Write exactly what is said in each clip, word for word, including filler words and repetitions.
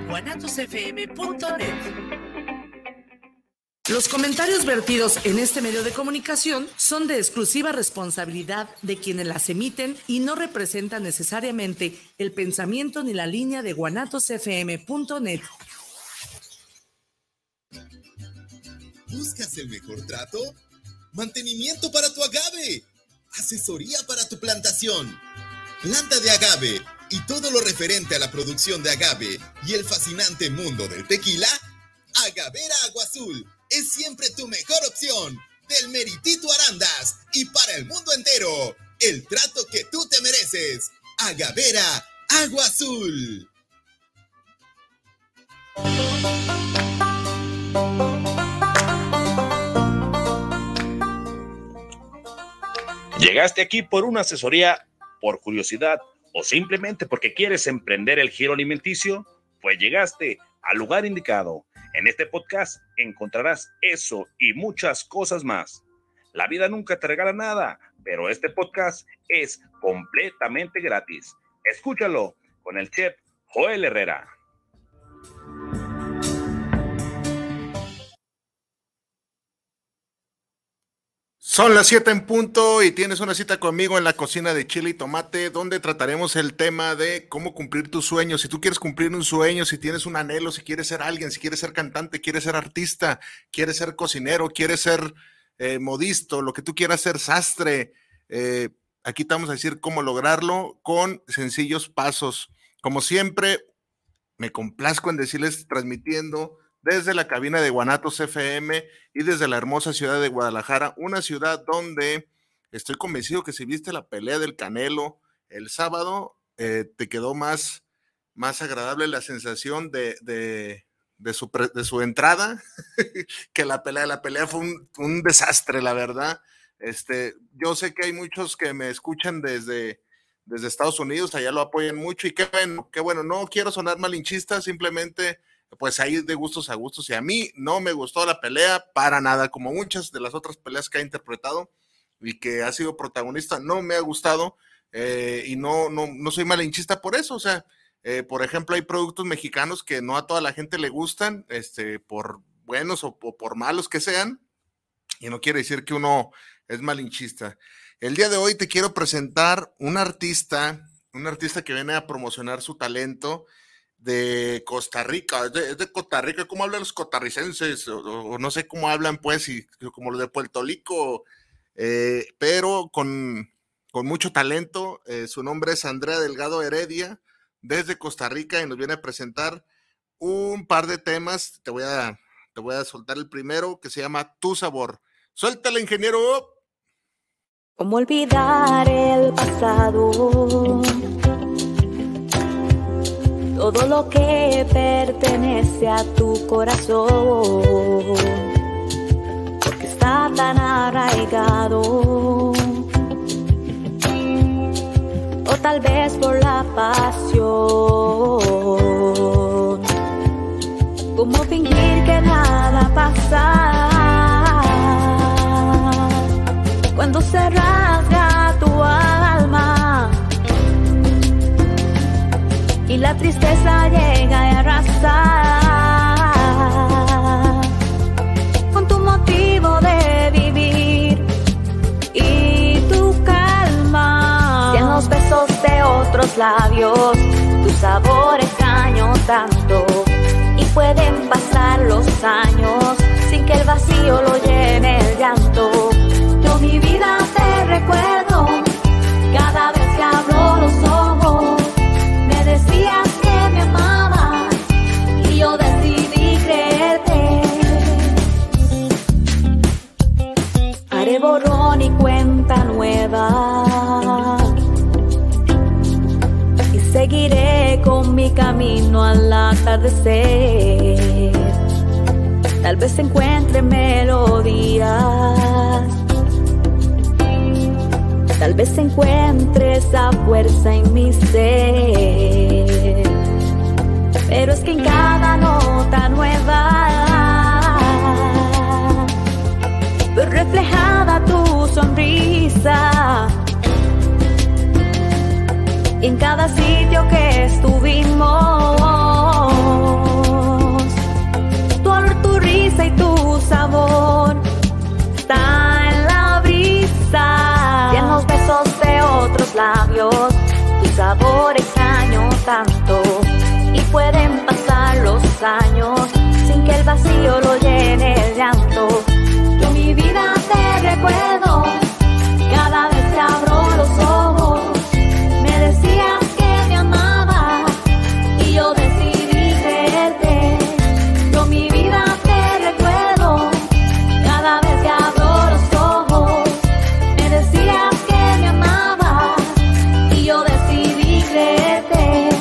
guanatos f m punto net. Los comentarios vertidos en este medio de comunicación son de exclusiva responsabilidad de quienes las emiten y no representan necesariamente el pensamiento ni la línea de guanatos f m punto net. ¿Buscas el mejor trato? Mantenimiento para tu agave. Asesoría para tu plantación. Planta de agave y todo lo referente a la producción de agave y el fascinante mundo del tequila. Agavera Agua Azul es siempre tu mejor opción. Del Meritito Arandas y para el mundo entero. El trato que tú te mereces. Agavera Agua Azul. ¿Llegaste aquí por una asesoría, por curiosidad o simplemente porque quieres emprender el giro alimenticio? Pues llegaste al lugar indicado. En este podcast encontrarás eso y muchas cosas más. La vida nunca te regala nada, pero este podcast es completamente gratis. Escúchalo con el chef Joel Herrera. Son las siete en punto y tienes una cita conmigo en la cocina de Chile y Tomate, donde trataremos el tema de cómo cumplir tus sueños. Si tú quieres cumplir un sueño, si tienes un anhelo, si quieres ser alguien, si quieres ser cantante, quieres ser artista, quieres ser cocinero, quieres ser eh, modisto, lo que tú quieras ser, sastre, eh, aquí te vamos a decir cómo lograrlo con sencillos pasos. Como siempre, me complazco en decirles, transmitiendo desde la cabina de Guanatos F M y desde la hermosa ciudad de Guadalajara, una ciudad donde estoy convencido que si viste la pelea del Canelo el sábado, eh, te quedó más, más agradable la sensación de, de, de, su, de su entrada que la pelea. La pelea fue un, un desastre, la verdad. Este, yo sé que hay muchos que me escuchan desde, desde Estados Unidos, allá lo apoyan mucho y qué bueno, qué bueno. No quiero sonar malinchista, simplemente pues ahí de gustos a gustos, y a mí no me gustó la pelea para nada, como muchas de las otras peleas que ha interpretado y que ha sido protagonista, no me ha gustado, eh, y no, no, no soy malinchista por eso. O sea, eh, por ejemplo, hay productos mexicanos que no a toda la gente le gustan, este, por buenos o, o por malos que sean, y no quiere decir que uno es malinchista. El día de hoy te quiero presentar un artista, un artista que viene a promocionar su talento, de Costa Rica, es de, es de Costa Rica. ¿Cómo hablan los costarricenses? O, o no sé cómo hablan, pues, y, como los de Puerto Rico, eh, pero con, con mucho talento. Eh, su nombre es Andrea Delgado Heredia, desde Costa Rica, y nos viene a presentar un par de temas. Te voy a, te voy a soltar el primero, que se llama Tu Sabor. ¡Suéltale, ingeniero! ¿Cómo olvidar el pasado? Todo lo que pertenece a tu corazón, porque está tan arraigado, o tal vez por la pasión. ¿Cómo fingir que nada pasa cuando se rasga tu alma y la tristeza llega a arrasar con tu motivo de vivir y tu calma? Si en los besos de otros labios tu sabor extraño tanto, y pueden pasar los años sin que el vacío lo llene el llanto. Yo mi vida te recuerdo cada vez que abro los ojos. Decías que me amabas y yo decidí creerte. Haré borrón y cuenta nueva y seguiré con mi camino al atardecer. Tal vez encuentre melodías, tal vez encuentre esa fuerza en mi ser, pero es que en cada nota nueva veo reflejada tu sonrisa. En cada sitio que estuvimos labios, tu sabor extraño tanto. Y pueden pasar los años sin que el vacío lo llene el llanto. Yo mi vida te recuerdo, cada vez que abro los ojos. Me decías que me amabas y yo decidí creerte. Yo mi vida te recuerdo, cada vez que abro los ojos. Me decías que me amabas y yo decidí creerte.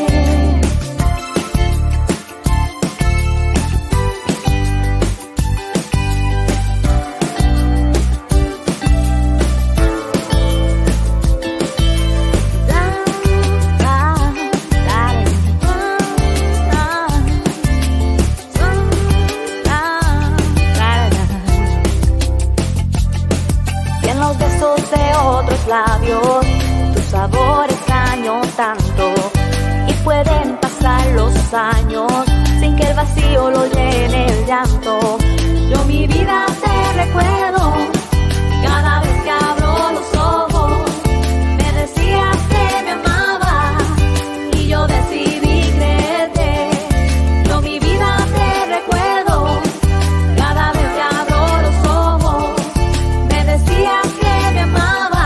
Labios, tu sabor extraño tanto. Y pueden pasar los años sin que el vacío lo llene el llanto. Yo mi vida te recuerdo, cada vez que abro los ojos. Me decías que me amabas y yo decidí creerte. Yo mi vida te recuerdo, cada vez que abro los ojos. Me decías que me amabas.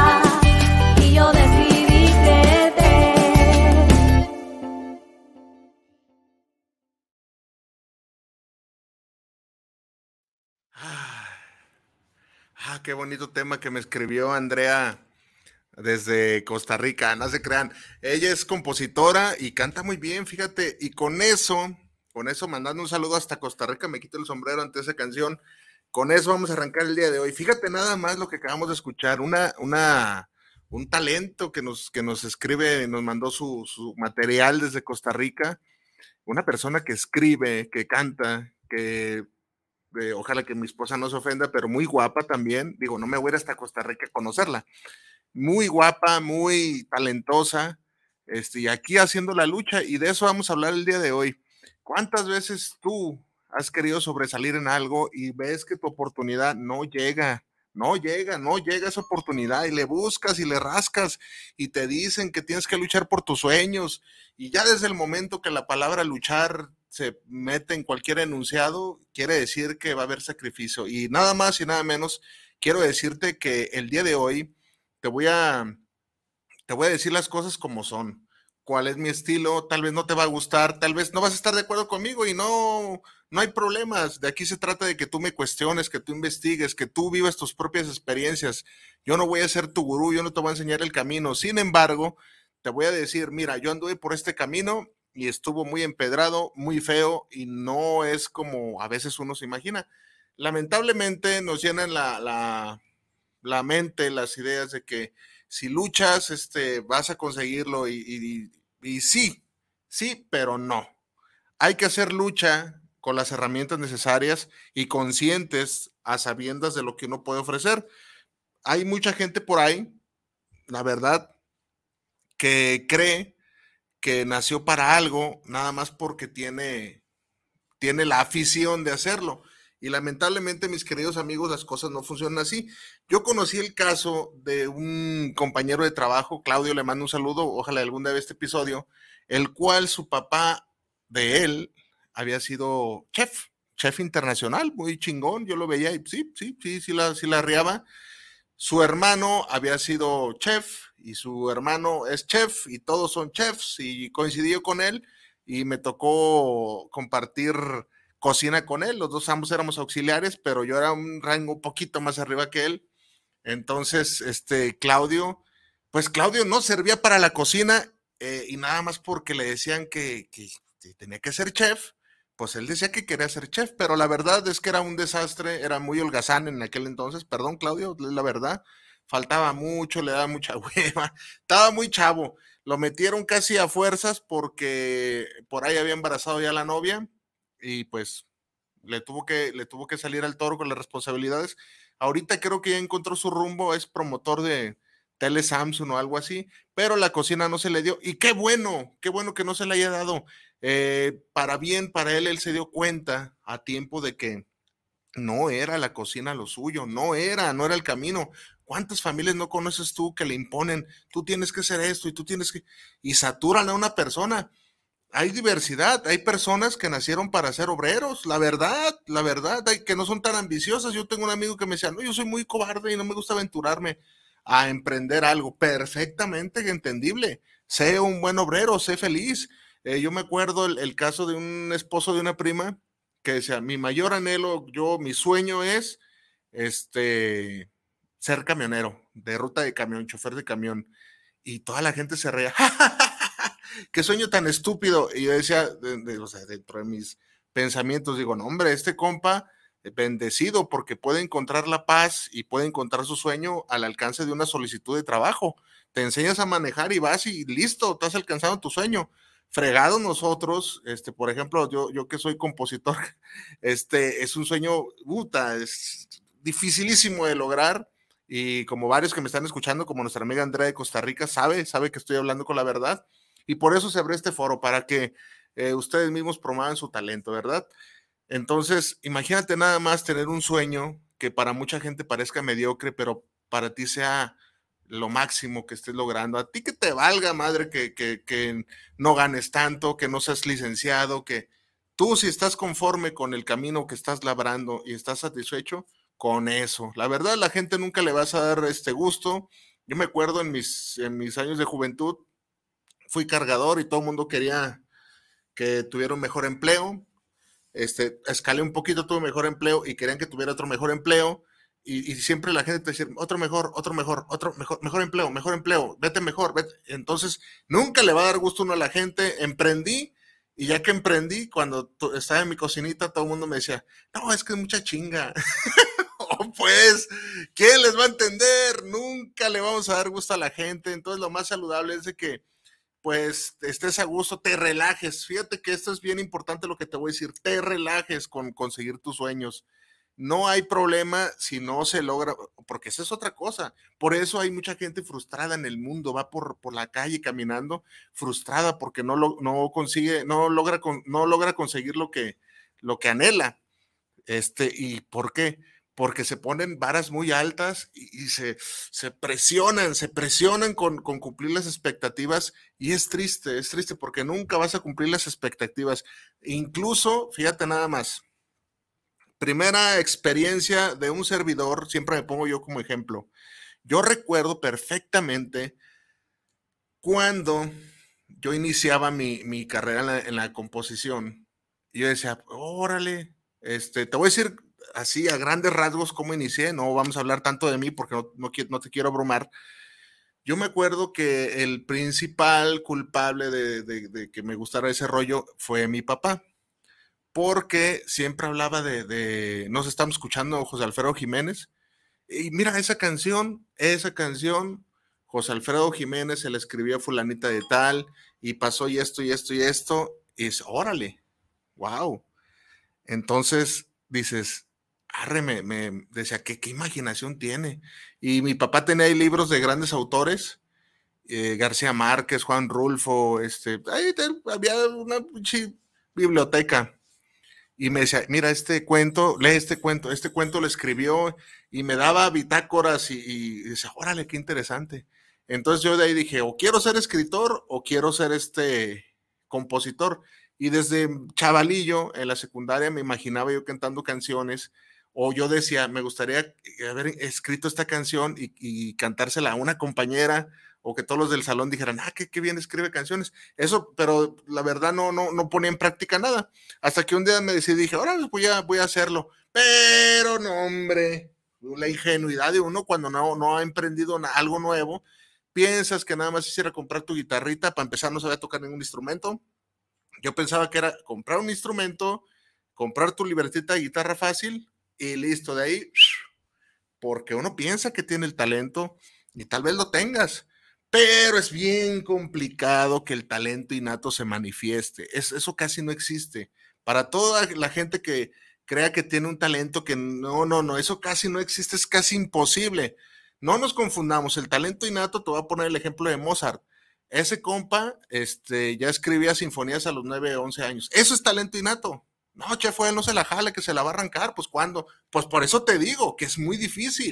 Ah, qué bonito tema que me escribió Andrea desde Costa Rica, no se crean. Ella es compositora y canta muy bien, fíjate, y con eso, con eso mandando un saludo hasta Costa Rica, me quito el sombrero ante esa canción. Con eso vamos a arrancar el día de hoy. Fíjate nada más lo que acabamos de escuchar, una, una, un talento que nos, que nos escribe, nos mandó su, su material desde Costa Rica, una persona que escribe, que canta, que... Eh, ojalá que mi esposa no se ofenda, pero muy guapa también. Digo, no me voy a ir hasta Costa Rica a conocerla. Muy guapa, muy talentosa, este, y aquí haciendo la lucha, y de eso vamos a hablar el día de hoy. ¿Cuántas veces tú has querido sobresalir en algo y ves que tu oportunidad no llega? No llega, no llega esa oportunidad y le buscas y le rascas y te dicen que tienes que luchar por tus sueños, y ya desde el momento que la palabra luchar se mete en cualquier enunciado, quiere decir que va a haber sacrificio. Y nada más y nada menos, quiero decirte que el día de hoy te voy a, te voy a decir las cosas como son. Cuál es mi estilo, tal vez no te va a gustar, tal vez no vas a estar de acuerdo conmigo y no, no hay problemas. De aquí se trata de que tú me cuestiones, que tú investigues, que tú vivas tus propias experiencias. Yo no voy a ser tu gurú, yo no te voy a enseñar el camino. Sin embargo, te voy a decir, mira, yo anduve por este camino y estuvo muy empedrado, muy feo, y no es como a veces uno se imagina. Lamentablemente nos llenan la, la, la mente, las ideas de que si luchas, este, vas a conseguirlo, y, y, y sí, sí, pero no. Hay que hacer lucha con las herramientas necesarias y conscientes a sabiendas de lo que uno puede ofrecer. Hay mucha gente por ahí, la verdad, que cree que nació para algo nada más porque tiene, tiene la afición de hacerlo. Y lamentablemente, mis queridos amigos, las cosas no funcionan así. Yo conocí el caso de un compañero de trabajo, Claudio, le mando un saludo, ojalá algún día vea este episodio, el cual su papá de él había sido chef, chef internacional, muy chingón, yo lo veía y sí, sí, sí, sí la, sí la arriaba. Su hermano había sido chef y su hermano es chef y todos son chefs, y coincidí con él y me tocó compartir cocina con él. Los dos ambos éramos auxiliares, pero yo era un rango un poquito más arriba que él. Entonces, este, Claudio, pues Claudio no servía para la cocina, eh, y nada más porque le decían que, que, que tenía que ser chef, pues él decía que quería ser chef, pero la verdad es que era un desastre, era muy holgazán en aquel entonces, perdón Claudio, la verdad, faltaba mucho, le daba mucha hueva, estaba muy chavo, lo metieron casi a fuerzas porque por ahí había embarazado ya la novia, y pues le tuvo que, le tuvo que salir al toro con las responsabilidades. Ahorita creo que ya encontró su rumbo, es promotor de Tele Samsung o algo así, pero la cocina no se le dio, y qué bueno, qué bueno que no se le haya dado. Eh, para bien, para él, él se dio cuenta a tiempo de que no era la cocina lo suyo, no era, no era el camino. ¿Cuántas familias no conoces tú que le imponen, tú tienes que hacer esto y tú tienes que, y saturan a una persona? Hay diversidad, hay personas que nacieron para ser obreros, la verdad, la verdad, hay que no son tan ambiciosas. Yo tengo un amigo que me decía, no, yo soy muy cobarde y no me gusta aventurarme a emprender algo. Perfectamente entendible, sé un buen obrero, sé feliz. Eh, yo me acuerdo el, el caso de un esposo de una prima que decía, mi mayor anhelo, yo, mi sueño es este, ser camionero, de ruta de camión, chofer de camión. Y toda la gente se reía, qué sueño tan estúpido. Y yo decía, de, de, o sea, dentro de mis pensamientos, digo, no, hombre, este compa, bendecido, porque puede encontrar la paz y puede encontrar su sueño al alcance de una solicitud de trabajo. Te enseñas a manejar y vas y listo, estás alcanzando tu sueño. Fregados nosotros, este, por ejemplo, yo, yo que soy compositor, este, es un sueño, puta, es dificilísimo de lograr. Y como varios que me están escuchando, como nuestra amiga Andrea de Costa Rica, sabe, sabe que estoy hablando con la verdad. Y por eso se abrió este foro, para que eh, ustedes mismos promuevan su talento, ¿verdad? Entonces, imagínate nada más tener un sueño que para mucha gente parezca mediocre, pero para ti sea lo máximo que estés logrando. A ti que te valga madre que, que, que no ganes tanto, que no seas licenciado, que tú si estás conforme con el camino que estás labrando y estás satisfecho con eso. La verdad, la gente nunca le vas a dar este gusto. Yo me acuerdo en mis, en mis años de juventud, fui cargador y todo el mundo quería que tuviera un mejor empleo. Este, escalé un poquito, tuve mejor empleo y querían que tuviera otro mejor empleo. Y, y siempre la gente te decía, otro mejor, otro mejor, otro mejor, mejor empleo, mejor empleo, vete mejor, vete. Entonces, nunca le va a dar gusto uno a la gente. Emprendí, y ya que emprendí, cuando estaba en mi cocinita, todo el mundo me decía, no, es que es mucha chinga. Oh, pues, ¿quién les va a entender? Nunca le vamos a dar gusto a la gente. Entonces, lo más saludable es de que, pues, estés a gusto, te relajes. Fíjate que esto es bien importante lo que te voy a decir, te relajes con conseguir tus sueños. No hay problema si no se logra, porque esa es otra cosa. Por eso hay mucha gente frustrada en el mundo, va por, por la calle caminando frustrada porque no, lo, no consigue, no logra, no logra conseguir lo que, lo que anhela. Este, ¿y por qué? Porque se ponen varas muy altas y, y se, se presionan, se presionan con, con cumplir las expectativas, y es triste, es triste porque nunca vas a cumplir las expectativas. Incluso, fíjate nada más, primera experiencia de un servidor, siempre me pongo yo como ejemplo. Yo recuerdo perfectamente cuando yo iniciaba mi, mi carrera en la, en la composición. Yo decía, órale, este, te voy a decir así a grandes rasgos cómo inicié. No vamos a hablar tanto de mí porque no, no, no te quiero abrumar. Yo me acuerdo que el principal culpable de, de, de que me gustara ese rollo fue mi papá. Porque siempre hablaba de, de, nos estamos escuchando José Alfredo Jiménez, y mira esa canción, esa canción, José Alfredo Jiménez se la escribió a fulanita de tal, y pasó y esto y esto y esto, y es, órale, wow. Entonces dices, arre, me, me decía, ¿qué, qué imaginación tiene? Y mi papá tenía ahí libros de grandes autores, eh, García Márquez, Juan Rulfo, este, ahí te, había una biblioteca. Y me decía, mira este cuento, lee este cuento, este cuento lo escribió, y me daba bitácoras y, y decía, órale, qué interesante. Entonces yo de ahí dije, o quiero ser escritor o quiero ser este compositor. Y desde chavalillo en la secundaria me imaginaba yo cantando canciones, o yo decía, me gustaría haber escrito esta canción y, y cantársela a una compañera, o que todos los del salón dijeran, ah, qué, qué bien escribe canciones. Eso, pero la verdad no, no, no ponía en práctica nada. Hasta que un día me decidí, dije, ahora voy a, voy a hacerlo. Pero no, hombre, la ingenuidad de uno cuando no, no ha emprendido algo nuevo, piensas que nada más hiciera comprar tu guitarrita, para empezar no sabía tocar ningún instrumento. Yo pensaba que era comprar un instrumento, comprar tu libretita de guitarra fácil y listo, de ahí, porque uno piensa que tiene el talento y tal vez lo tengas. Pero es bien complicado que el talento innato se manifieste. Es, eso casi no existe. Para toda la gente que crea que tiene un talento que no, no, no, eso casi no existe, es casi imposible. No nos confundamos, el talento innato, te voy a poner el ejemplo de Mozart. Ese compa este, ya escribía sinfonías a los nueve, once años. Eso es talento innato. No, chef, él no se la jala, que se la va a arrancar. Pues, ¿cuándo? Pues por eso te digo que es muy difícil.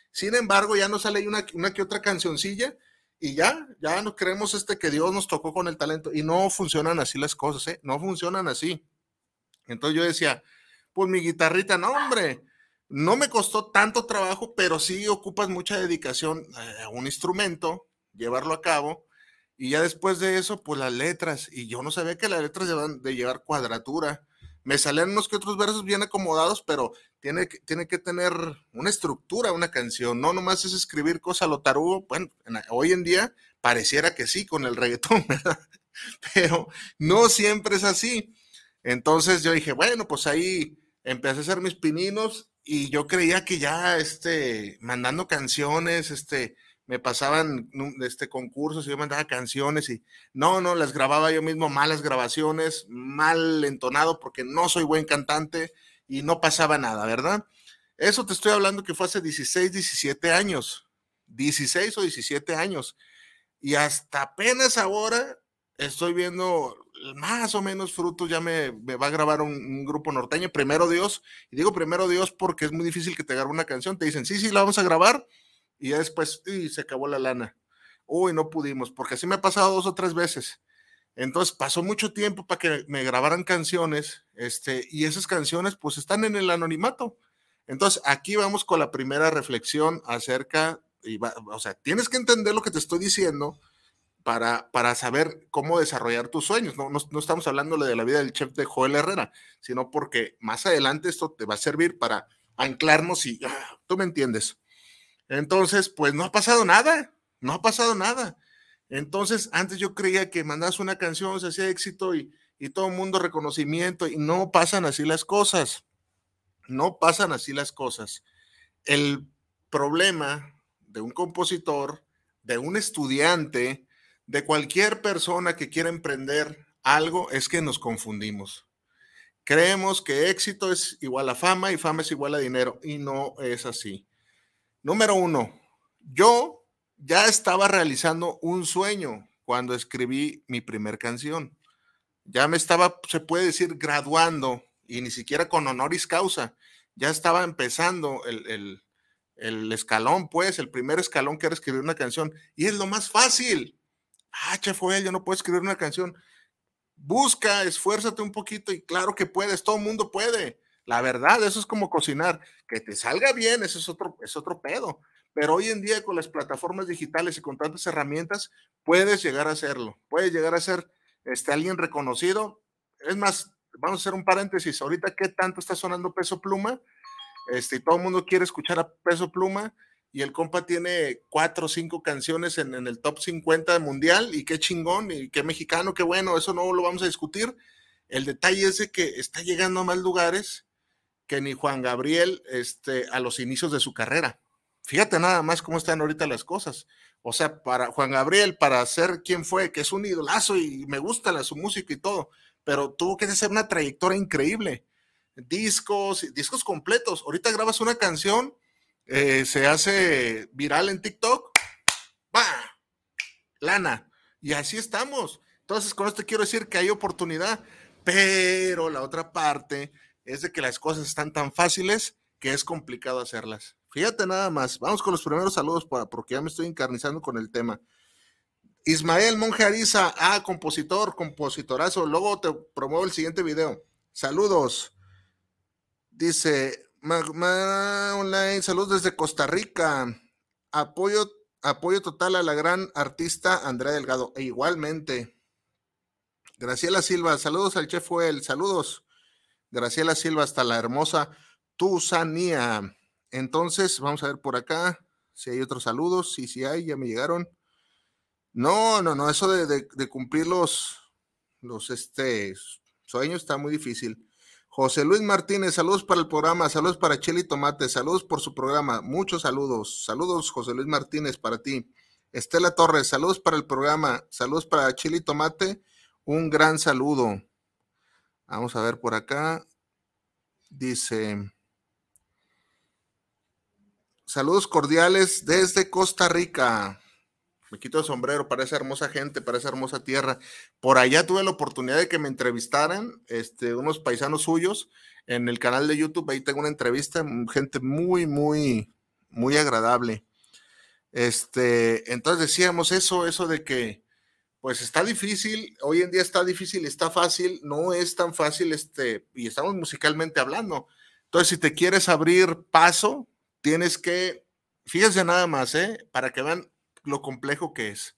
Sin embargo, ya nos sale una, una que otra cancioncilla y ya, ya nos creemos este que Dios nos tocó con el talento y no funcionan así las cosas, ¿eh? No funcionan así. Entonces yo decía, pues mi guitarrita, no hombre, no me costó tanto trabajo, pero sí ocupas mucha dedicación a un instrumento, llevarlo a cabo, y ya después de eso, pues las letras, y yo no sabía que las letras deben de llevar cuadratura. Me salían unos que otros versos bien acomodados, pero tiene que, tiene que tener una estructura una canción, no nomás es escribir cosas a lo tarugo. Bueno, en, hoy en día pareciera que sí con el reggaetón, ¿verdad? Pero no siempre es así. Entonces yo dije, bueno, pues ahí empecé a hacer mis pininos y yo creía que ya este, mandando canciones, este, me pasaban este, concursos y yo mandaba canciones y no, no, las grababa yo mismo, malas grabaciones, mal entonado porque no soy buen cantante y no pasaba nada, ¿verdad? Eso te estoy hablando que fue hace dieciséis, diecisiete años, dieciséis o diecisiete años y hasta apenas ahora estoy viendo más o menos frutos, ya me, me va a grabar un, un grupo norteño, primero Dios, y digo primero Dios porque es muy difícil que te grabe una canción, te dicen, sí, sí, la vamos a grabar, y ya después, y se acabó la lana, uy, no pudimos, porque así me ha pasado dos o tres veces, entonces pasó mucho tiempo para que me grabaran canciones, este, y esas canciones pues están en el anonimato, entonces aquí vamos con la primera reflexión acerca, y va, o sea, tienes que entender lo que te estoy diciendo, Para, para saber cómo desarrollar tus sueños. No, no, no estamos hablando de la vida del chef de Joel Herrera, sino porque más adelante esto te va a servir para anclarnos y ah, tú me entiendes. Entonces, pues no ha pasado nada, no ha pasado nada. Entonces, antes yo creía que mandabas una canción, se hacía éxito y, y todo el mundo reconocimiento y no pasan así las cosas. No pasan así las cosas. El problema de un compositor, de un estudiante, de cualquier persona que quiera emprender algo es que nos confundimos. Creemos que éxito es igual a fama y fama es igual a dinero y no es así. Número uno, yo ya estaba realizando un sueño cuando escribí mi primer canción. Ya me estaba, se puede decir, graduando y ni siquiera con honoris causa. Ya estaba empezando el, el, el escalón, pues, el primer escalón que era escribir una canción y es lo más fácil. Ah, chef Joel, yo no puedo escribir una canción. Busca, esfuérzate un poquito y claro que puedes, todo el mundo puede. La verdad, eso es como cocinar. Que te salga bien, eso es otro, es otro pedo. Pero hoy en día con las plataformas digitales y con tantas herramientas, puedes llegar a hacerlo. Puedes llegar a ser este, alguien reconocido. Es más, vamos a hacer un paréntesis. Ahorita, ¿qué tanto está sonando Peso Pluma? Este, todo el mundo quiere escuchar a Peso Pluma. Y el compa tiene cuatro o cinco canciones en, en el top cincuenta mundial, y qué chingón, y qué mexicano, qué bueno, eso no lo vamos a discutir. El detalle es de que está llegando a más lugares que ni Juan Gabriel este, a los inicios de su carrera. Fíjate nada más cómo están ahorita las cosas. O sea, para Juan Gabriel, para ser quien fue, que es un idolazo y me gusta la, su música y todo, pero tuvo que hacer una trayectoria increíble. Discos, discos completos. Ahorita grabas una canción, Eh, se hace viral en TikTok, ¡bah! Lana, y así estamos. Entonces, con esto quiero decir que hay oportunidad, pero la otra parte es de que las cosas están tan fáciles que es complicado hacerlas. Fíjate nada más, vamos con los primeros saludos para, porque ya me estoy encarnizando con el tema. Ismael Monje Ariza, ah, compositor, compositorazo, luego te promuevo el siguiente video. Saludos. Dice... Magma Online, saludos desde Costa Rica. Apoyo, apoyo total a la gran artista Andrea Delgado. E igualmente. Graciela Silva, saludos al chef Joel, saludos. Graciela Silva hasta la hermosa Tusanía. Entonces, vamos a ver por acá si hay otros saludos. Sí, sí hay, ya me llegaron. No, no, no, eso de, de, de cumplir los, los este, sueños está muy difícil. José Luis Martínez, saludos para el programa, saludos para Chile y Tomate, saludos por su programa, muchos saludos, saludos José Luis Martínez para ti. Estela Torres, saludos para el programa, saludos para Chile y Tomate, un gran saludo. Vamos a ver por acá, dice, saludos cordiales desde Costa Rica. Me quito el sombrero para esa hermosa gente, para esa hermosa tierra. Por allá tuve la oportunidad de que me entrevistaran este, unos paisanos suyos en el canal de YouTube. Ahí tengo una entrevista, gente muy, muy, muy agradable. Este, entonces decíamos eso, eso de que pues está difícil, hoy en día está difícil, está fácil, no es tan fácil, este, y estamos musicalmente hablando. Entonces, si te quieres abrir paso, tienes que, fíjense nada más, ¿eh? Para que vean lo complejo que es.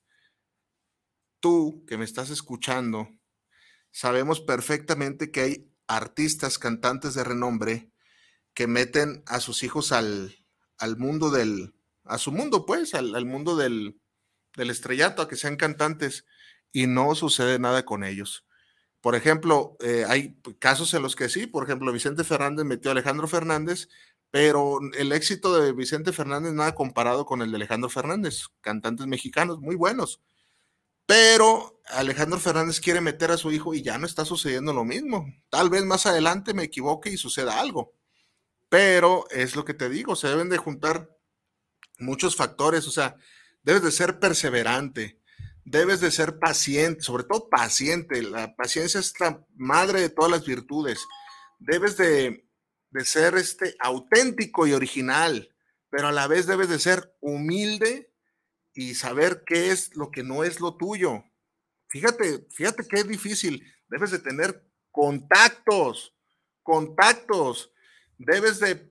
Tú, que me estás escuchando, sabemos perfectamente que hay artistas, cantantes de renombre que meten a sus hijos al, al mundo del, a su mundo, pues, al, al mundo del, del estrellato, a que sean cantantes, y no sucede nada con ellos. Por ejemplo, eh, hay casos en los que sí, por ejemplo, Vicente Fernández metió a Alejandro Fernández, pero el éxito de Vicente Fernández nada comparado con el de Alejandro Fernández, cantantes mexicanos muy buenos. Pero Alejandro Fernández quiere meter a su hijo y ya no está sucediendo lo mismo. Tal vez más adelante me equivoque y suceda algo. Pero es lo que te digo, se deben de juntar muchos factores, o sea, debes de ser perseverante, debes de ser paciente, sobre todo paciente, la paciencia es la madre de todas las virtudes, debes de, de ser este, auténtico y original, pero a la vez debes de ser humilde y saber qué es lo que no es lo tuyo. Fíjate, fíjate que es difícil, debes de tener contactos, contactos, debes de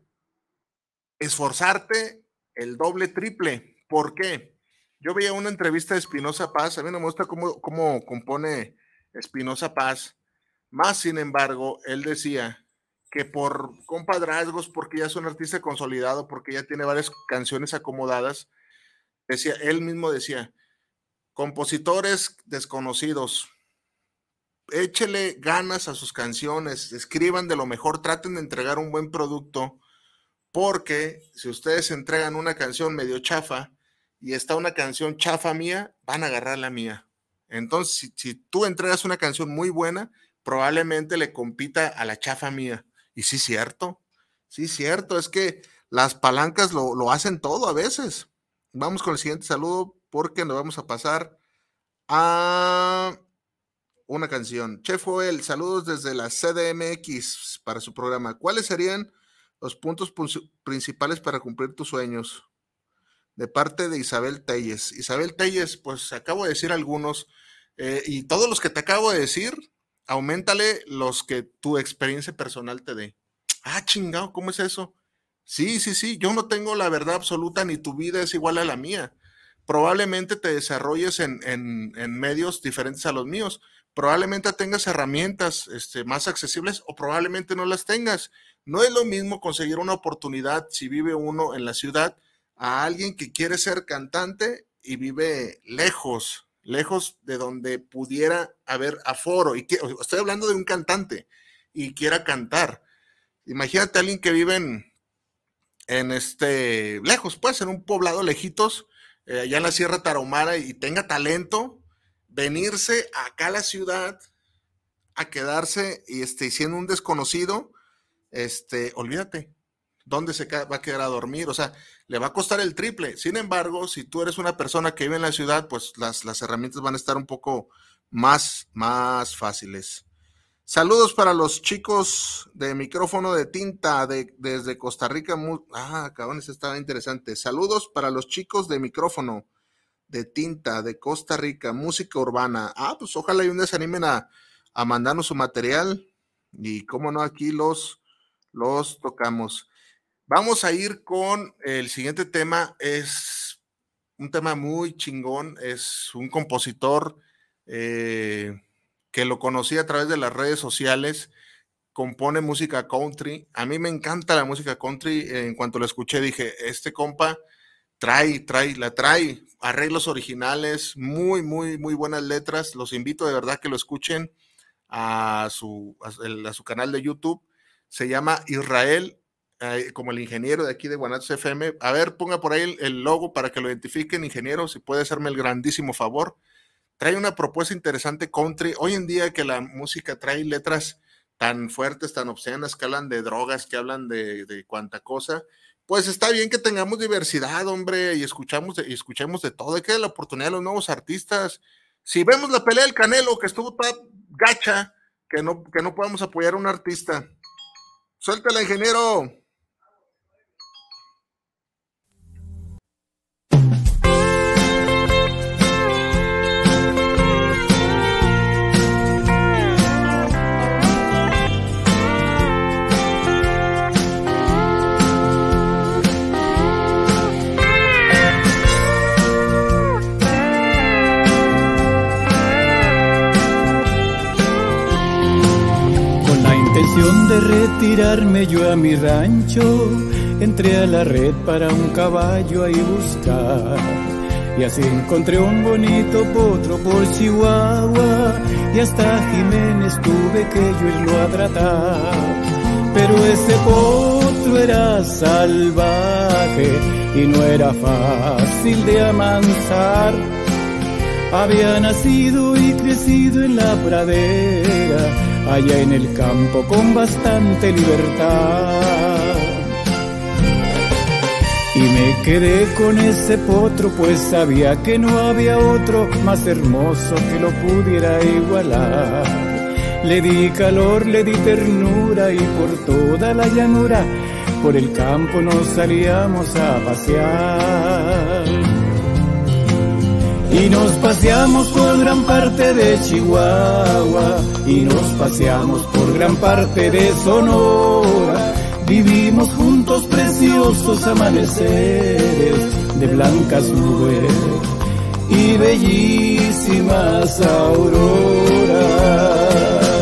esforzarte el doble, triple. ¿Por qué? Yo veía una entrevista de Espinoza Paz, a mí no me gusta cómo, cómo compone Espinoza Paz, más sin embargo, él decía que por compadrazgos, porque ya es un artista consolidado, porque ya tiene varias canciones acomodadas, decía, él mismo decía, compositores desconocidos, échele ganas a sus canciones, escriban de lo mejor, traten de entregar un buen producto, porque si ustedes entregan una canción medio chafa y está una canción chafa mía, van a agarrar la mía. Entonces, si, si tú entregas una canción muy buena, probablemente le compita a la chafa mía. Y sí, cierto, sí, cierto, es que las palancas lo, lo hacen todo a veces. Vamos con el siguiente saludo porque nos vamos a pasar a una canción. Chef Joel, saludos desde la C D M X para su programa. ¿Cuáles serían los puntos principales para cumplir tus sueños? De parte de Isabel Telles. Isabel Telles, pues acabo de decir algunos, eh, y todos los que te acabo de decir, auméntale los que tu experiencia personal te dé. Ah, chingado, ¿cómo es eso? Sí, sí, sí, yo no tengo la verdad absoluta, ni tu vida es igual a la mía. Probablemente te desarrolles en, en, en medios diferentes a los míos. Probablemente tengas herramientas este, más accesibles o probablemente no las tengas. No es lo mismo conseguir una oportunidad si vive uno en la ciudad a alguien que quiere ser cantante y vive lejos, lejos de donde pudiera haber aforo. Y que, estoy hablando de un cantante y quiera cantar. Imagínate a alguien que vive en, en este, lejos, pues, en un poblado lejitos, eh, allá en la Sierra Tarahumara y tenga talento, venirse acá a la ciudad a quedarse y este, siendo un desconocido, este, olvídate, ¿dónde se va a quedar a dormir? O sea, le va a costar el triple. Sin embargo, si tú eres una persona que vive en la ciudad, pues las, las herramientas van a estar un poco más, más fáciles. Saludos para los chicos de micrófono de tinta de, desde Costa Rica. Ah, cabrones, estaba interesante. Saludos para los chicos de micrófono de tinta de Costa Rica, música urbana. Ah, pues ojalá y un día se animen a, a mandarnos su material y cómo no, aquí los, los tocamos. Vamos a ir con el siguiente tema, es un tema muy chingón, es un compositor eh, que lo conocí a través de las redes sociales, compone música country, a mí me encanta la música country, en cuanto lo escuché dije, este compa trae, trae, la trae, arreglos originales, muy, muy, muy buenas letras, los invito de verdad que lo escuchen a su, a, a su canal de YouTube, se llama Israel, eh, como el ingeniero de aquí de Guanatos F M, a ver, ponga por ahí el, el logo para que lo identifiquen, ingeniero, si puede hacerme el grandísimo favor, trae una propuesta interesante country, hoy en día que la música trae letras tan fuertes, tan obscenas, que hablan de drogas, que hablan de, de cuanta cosa, pues está bien que tengamos diversidad, hombre, y escuchamos de, y escuchemos de todo, hay que dar la oportunidad a los nuevos artistas. Si vemos la pelea del Canelo, que estuvo toda gacha, que no, que no podamos apoyar a un artista. Suéltala, ingeniero. ilusión de retirarme yo a mi rancho, entré a la red para un caballo ahí buscar. Y así encontré un bonito potro por Chihuahua, y hasta Jiménez tuve que yo irlo a tratar. Pero ese potro era salvaje y no era fácil de amansar. Había nacido y crecido en la pradera, allá en el campo con bastante libertad. Y me quedé con ese potro, pues sabía que no había otro más hermoso que lo pudiera igualar. Le di calor, le di ternura, y por toda la llanura, por el campo nos salíamos a pasear. Y nos paseamos por gran parte de Chihuahua, y nos paseamos por gran parte de Sonora. Vivimos juntos preciosos amaneceres de blancas nubes y bellísimas auroras.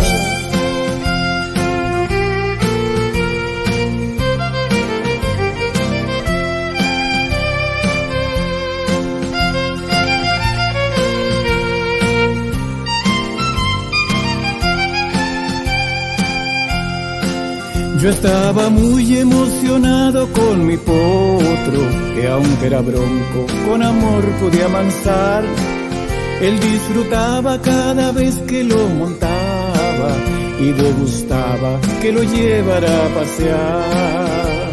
Yo estaba muy emocionado con mi potro, que aunque era bronco, con amor podía amansar. Él disfrutaba cada vez que lo montaba y le gustaba que lo llevara a pasear.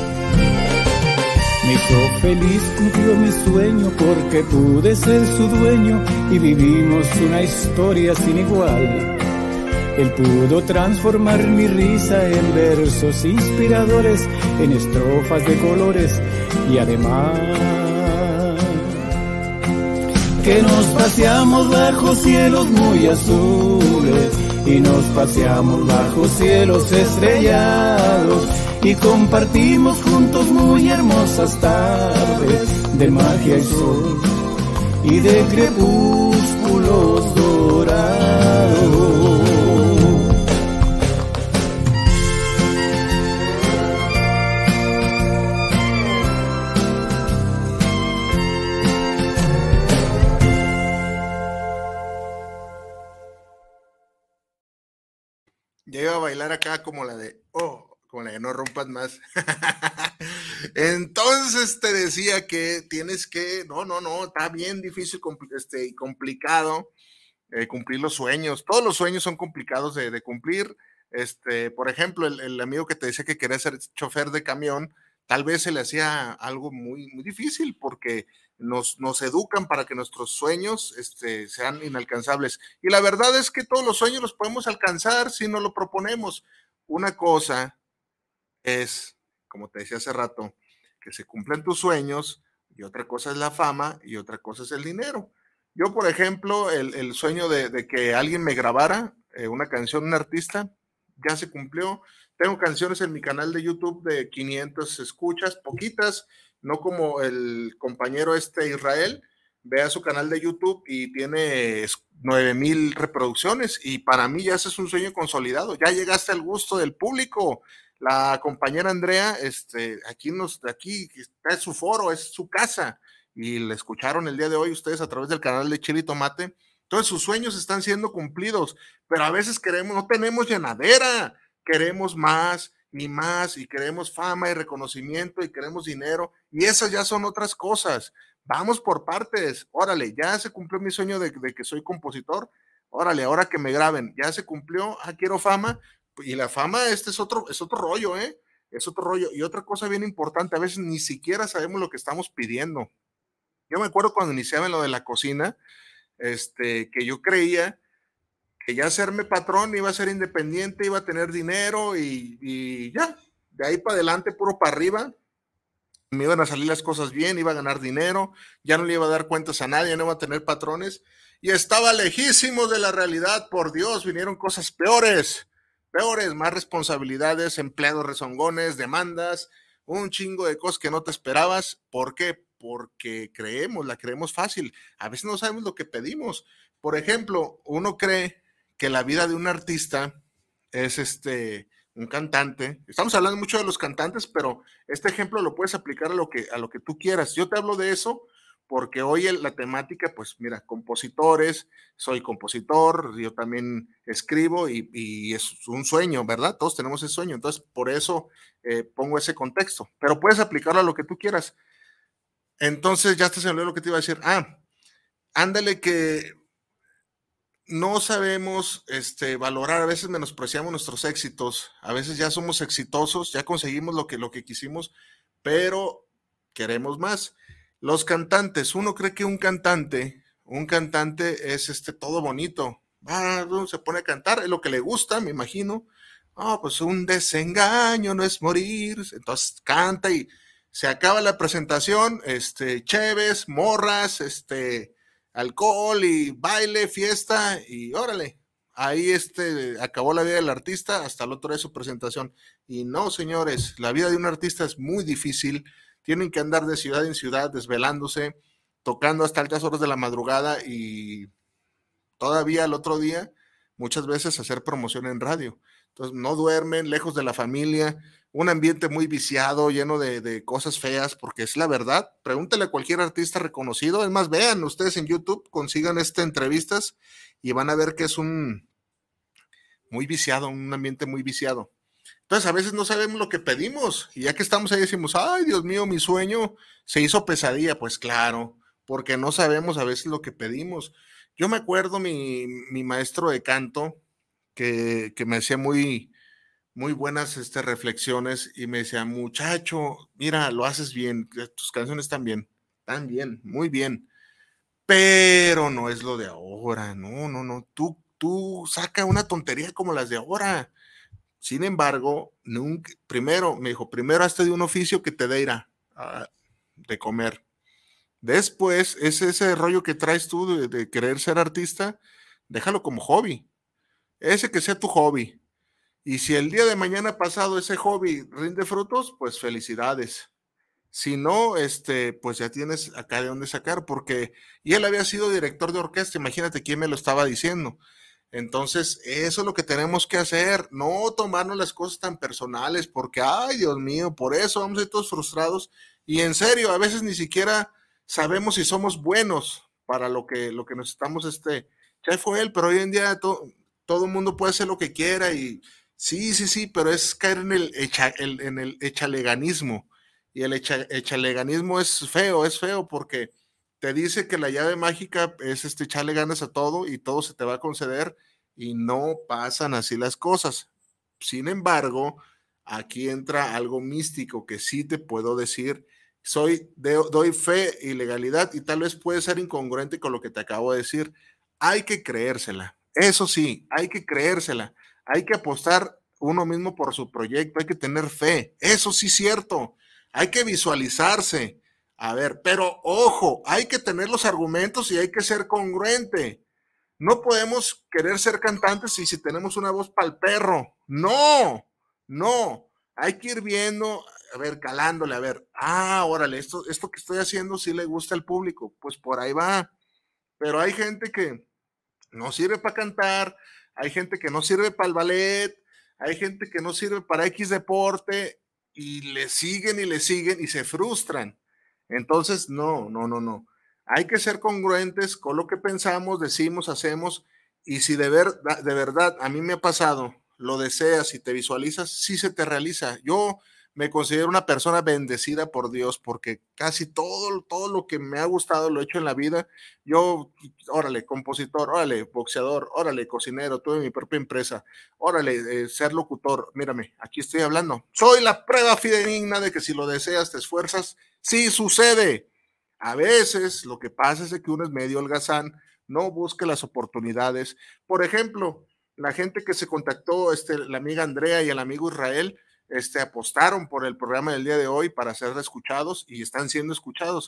Me hizo feliz, cumplió mi sueño, porque pude ser su dueño y vivimos una historia sin igual. Él pudo transformar mi risa en versos inspiradores, en estrofas de colores, y además que nos paseamos bajo cielos muy azules, y nos paseamos bajo cielos estrellados, y compartimos juntos muy hermosas tardes de magia y sol y de crepúsculos dorados. Ya iba a bailar acá como la de, oh, como la de no rompas más. Entonces te decía que tienes que, no, no, no, está bien difícil este, y complicado eh, cumplir los sueños. Todos los sueños son complicados de, de cumplir. Este, por ejemplo, el, el amigo que te decía que quería ser chofer de camión, tal vez se le hacía algo muy, muy difícil, porque nos, nos educan para que nuestros sueños este, sean inalcanzables. Y la verdad es que todos los sueños los podemos alcanzar si nos lo proponemos. Una cosa es, como te decía hace rato, que se cumplen tus sueños, y otra cosa es la fama, y otra cosa es el dinero. Yo, por ejemplo, el, el sueño de, de que alguien me grabara eh, una canción, un artista, ya se cumplió. Tengo canciones en mi canal de YouTube de quinientas escuchas, poquitas, no como el compañero este Israel. Vea su canal de YouTube y tiene nueve mil reproducciones, y para mí ya ese es un sueño consolidado. Ya llegaste al gusto del público. La compañera Andrea, este, aquí, nos, aquí está en su foro, es su casa, y le escucharon el día de hoy ustedes a través del canal de Chile y Tomate. Entonces sus sueños están siendo cumplidos, pero a veces queremos, no tenemos llenadera, queremos más y más, y queremos fama y reconocimiento, y queremos dinero, y esas ya son otras cosas. Vamos por partes. Órale, ya se cumplió mi sueño de, de que soy compositor. Órale, ahora que me graben, ya se cumplió, ah, quiero fama. Y la fama, este es otro, es otro rollo, ¿eh? Es otro rollo. Y otra cosa bien importante, a veces ni siquiera sabemos lo que estamos pidiendo. Yo me acuerdo cuando iniciaba en lo de la cocina, este, que yo creía que ya serme patrón iba a ser independiente, iba a tener dinero y, y ya, de ahí para adelante, puro para arriba, me iban a salir las cosas bien, iba a ganar dinero, ya no le iba a dar cuentas a nadie, no iba a tener patrones, y estaba lejísimo de la realidad. Por Dios, vinieron cosas peores, peores, más responsabilidades, empleados rezongones, demandas, un chingo de cosas que no te esperabas. ¿Por qué? Porque creemos, la creemos fácil. A veces no sabemos lo que pedimos. Por ejemplo, uno cree que la vida de un artista es este, un cantante. Estamos hablando mucho de los cantantes, pero este ejemplo lo puedes aplicar a lo que, a lo que tú quieras. Yo te hablo de eso porque hoy el, la temática, pues mira, compositores, soy compositor, yo también escribo y, y es un sueño, ¿verdad? Todos tenemos ese sueño, entonces por eso eh, pongo ese contexto, pero puedes aplicarlo a lo que tú quieras. Entonces ya te se me olvidó lo que te iba a decir. Ah, ándale que no sabemos este, valorar, a veces menospreciamos nuestros éxitos, a veces ya somos exitosos, ya conseguimos lo que, lo que quisimos, pero queremos más. Los cantantes, uno cree que un cantante, un cantante es este, todo bonito, ah, se pone a cantar, es lo que le gusta, me imagino. Ah, pues un desengaño no es morir, entonces canta y se acaba la presentación, este, cheves, morras, este, alcohol y baile, fiesta y órale, ahí este, acabó la vida del artista hasta el otro día de su presentación. Y no, señores, la vida de un artista es muy difícil, tienen que andar de ciudad en ciudad desvelándose, tocando hasta altas horas de la madrugada y todavía el otro día muchas veces hacer promoción en radio. Entonces no duermen, lejos de la familia, un ambiente muy viciado, lleno de, de cosas feas, porque es la verdad. Pregúntale a cualquier artista reconocido, es más, vean ustedes en YouTube, consigan estas entrevistas y van a ver que es un muy viciado, un ambiente muy viciado. Entonces a veces no sabemos lo que pedimos y ya que estamos ahí decimos, ay Dios mío, mi sueño se hizo pesadilla. Pues claro, porque no sabemos a veces lo que pedimos. Yo me acuerdo mi, mi maestro de canto que, que me hacía muy, muy buenas este, reflexiones y me decía, muchacho, mira, lo haces bien, tus canciones están bien, están bien, muy bien, pero no es lo de ahora, no, no, no, tú, tú saca una tontería como las de ahora. Sin embargo, nunca, primero, me dijo, primero hazte de un oficio que te dé ira uh, de comer. Después, ese, ese rollo que traes tú de, de querer ser artista, déjalo como hobby. Ese que sea tu hobby. Y si el día de mañana pasado ese hobby rinde frutos, pues felicidades. Si no, este, pues ya tienes acá de dónde sacar, porque y él había sido director de orquesta, imagínate quién me lo estaba diciendo. Entonces, eso es lo que tenemos que hacer, no tomarnos las cosas tan personales, porque, ay, Dios mío, por eso vamos a ir todos frustrados. Y en serio, a veces ni siquiera sabemos si somos buenos para lo que, lo que nos estamos, este, ya fue él, pero hoy en día to, todo el mundo puede hacer lo que quiera y sí, sí, sí, pero es caer en el, echa, el, en el echaleganismo. Y el echa, echaleganismo es feo, es feo porque te dice que la llave mágica es este, echarle ganas a todo y todo se te va a conceder y no pasan así las cosas. Sin embargo, aquí entra algo místico que sí te puedo decir, soy de, doy fe y legalidad y tal vez puede ser incongruente con lo que te acabo de decir. Hay que creérsela, eso sí, hay que creérsela, hay que apostar uno mismo por su proyecto, hay que tener fe, eso sí es cierto, hay que visualizarse. A ver, pero ojo, hay que tener los argumentos y hay que ser congruente. No podemos querer ser cantantes y si tenemos una voz pa'l perro. No, no. Hay que ir viendo, a ver, calándole, a ver, ah, órale, esto, esto que estoy haciendo sí le gusta al público, pues por ahí va. Pero hay gente que no sirve para cantar, hay gente que no sirve para el ballet, hay gente que no sirve para X deporte y le siguen y le siguen y se frustran. Entonces, no, no, no, no. Hay que ser congruentes con lo que pensamos, decimos, hacemos, y si de, ver, de verdad a mí me ha pasado, lo deseas y te visualizas, sí se te realiza. Yo me considero una persona bendecida por Dios porque casi todo, todo lo que me ha gustado lo he hecho en la vida. Yo, órale, compositor, órale, boxeador, órale, cocinero, tuve mi propia empresa, órale, eh, ser locutor, mírame, aquí estoy hablando. Soy la prueba fidedigna de que si lo deseas, te esfuerzas, sí sucede. A veces lo que pasa es que uno es medio holgazán, no busca las oportunidades. Por ejemplo, la gente que se contactó, este, la amiga Andrea y el amigo Israel, este, apostaron por el programa del día de hoy para ser escuchados y están siendo escuchados.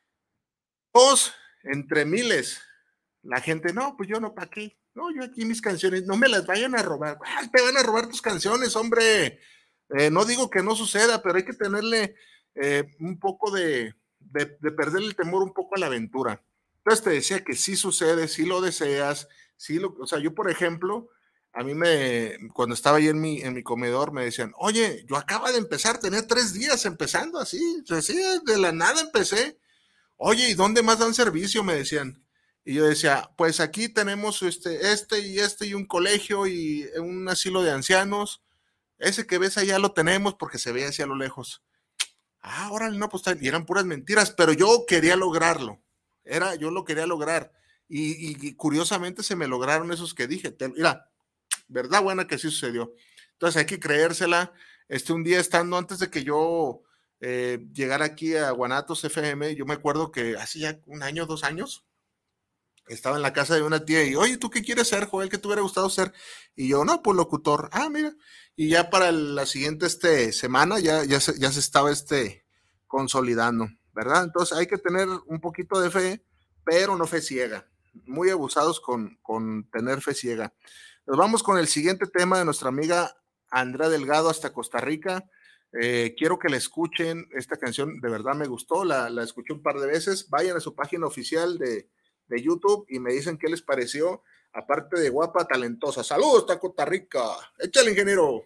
Dos entre miles. La gente, no, pues yo no, ¿para qué? No, yo aquí mis canciones, no me las vayan a robar. ¡Ay, te van a robar tus canciones, hombre! Eh, no digo que no suceda, pero hay que tenerle eh, un poco de, de, de perder el temor un poco a la aventura. Entonces te decía que sí sucede, sí lo deseas, sí lo, o sea, yo por ejemplo, a mí me, cuando estaba ahí en mi, en mi comedor, me decían, oye, yo acabo de empezar, tenía tres días empezando así, así de la nada empecé. Oye, ¿y dónde más dan servicio? Me decían. Y yo decía, pues aquí tenemos este, este y este y un colegio y un asilo de ancianos. Ese que ves allá lo tenemos porque se ve hacia lo lejos. Ah, órale, no, pues y eran puras mentiras, pero yo quería lograrlo. Era, yo lo quería lograr. Y, y, y curiosamente se me lograron esos que dije. Te, mira, verdad buena que sí sucedió. Entonces hay que creérsela. Este, un día estando antes de que yo eh, llegara aquí a Guanatos F M, yo me acuerdo que hace ya un año, dos años, estaba en la casa de una tía y, oye, ¿tú qué quieres ser, Joel? ¿Qué te hubiera gustado ser? Y yo, no, pues locutor. Ah, mira. Y ya para la siguiente este, semana ya, ya, se, ya se estaba este, consolidando, ¿verdad? Entonces hay que tener un poquito de fe, pero no fe ciega. Muy abusados con, con tener fe ciega. Nos vamos con el siguiente tema de nuestra amiga Andrea Delgado hasta Costa Rica. Eh, quiero que la escuchen. Esta canción de verdad me gustó. La, la escuché un par de veces. Vayan a su página oficial de de YouTube y me dicen qué les pareció, aparte de guapa, talentosa. Saludos hasta Costa Rica. Échale, ingeniero.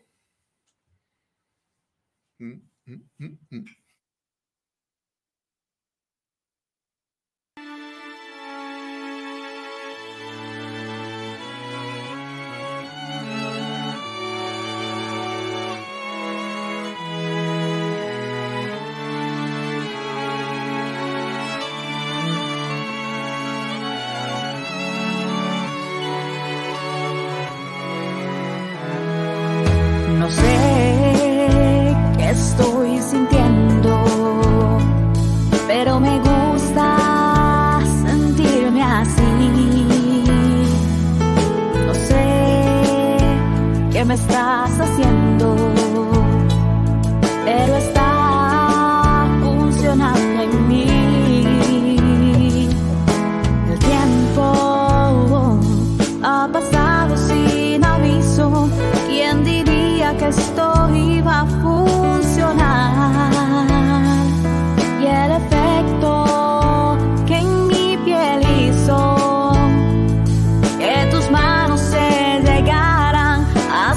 Mm, mm, mm, mm. No sé qué estoy sintiendo, pero me gusta sentirme así. No sé qué me estás haciendo, pero está funcionando en mí. El tiempo ha pasado sin aviso. ¿Quién diría que esto iba a funcionar? Y el efecto que en mi piel hizo que tus manos se llegaran a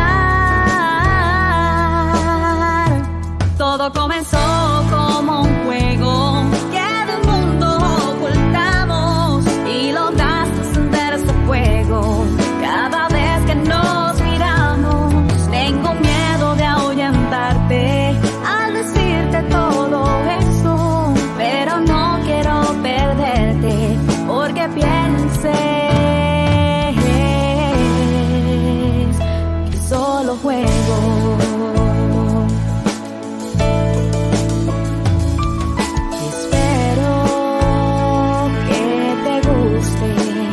acercar. Todo comenzó como un juego que del mundo ocultamos y lograste encender ese fuego. Cada vez que nos tengo miedo de ahuyentarte al decirte todo eso, pero no quiero perderte porque pienses que solo juego. Y espero que te guste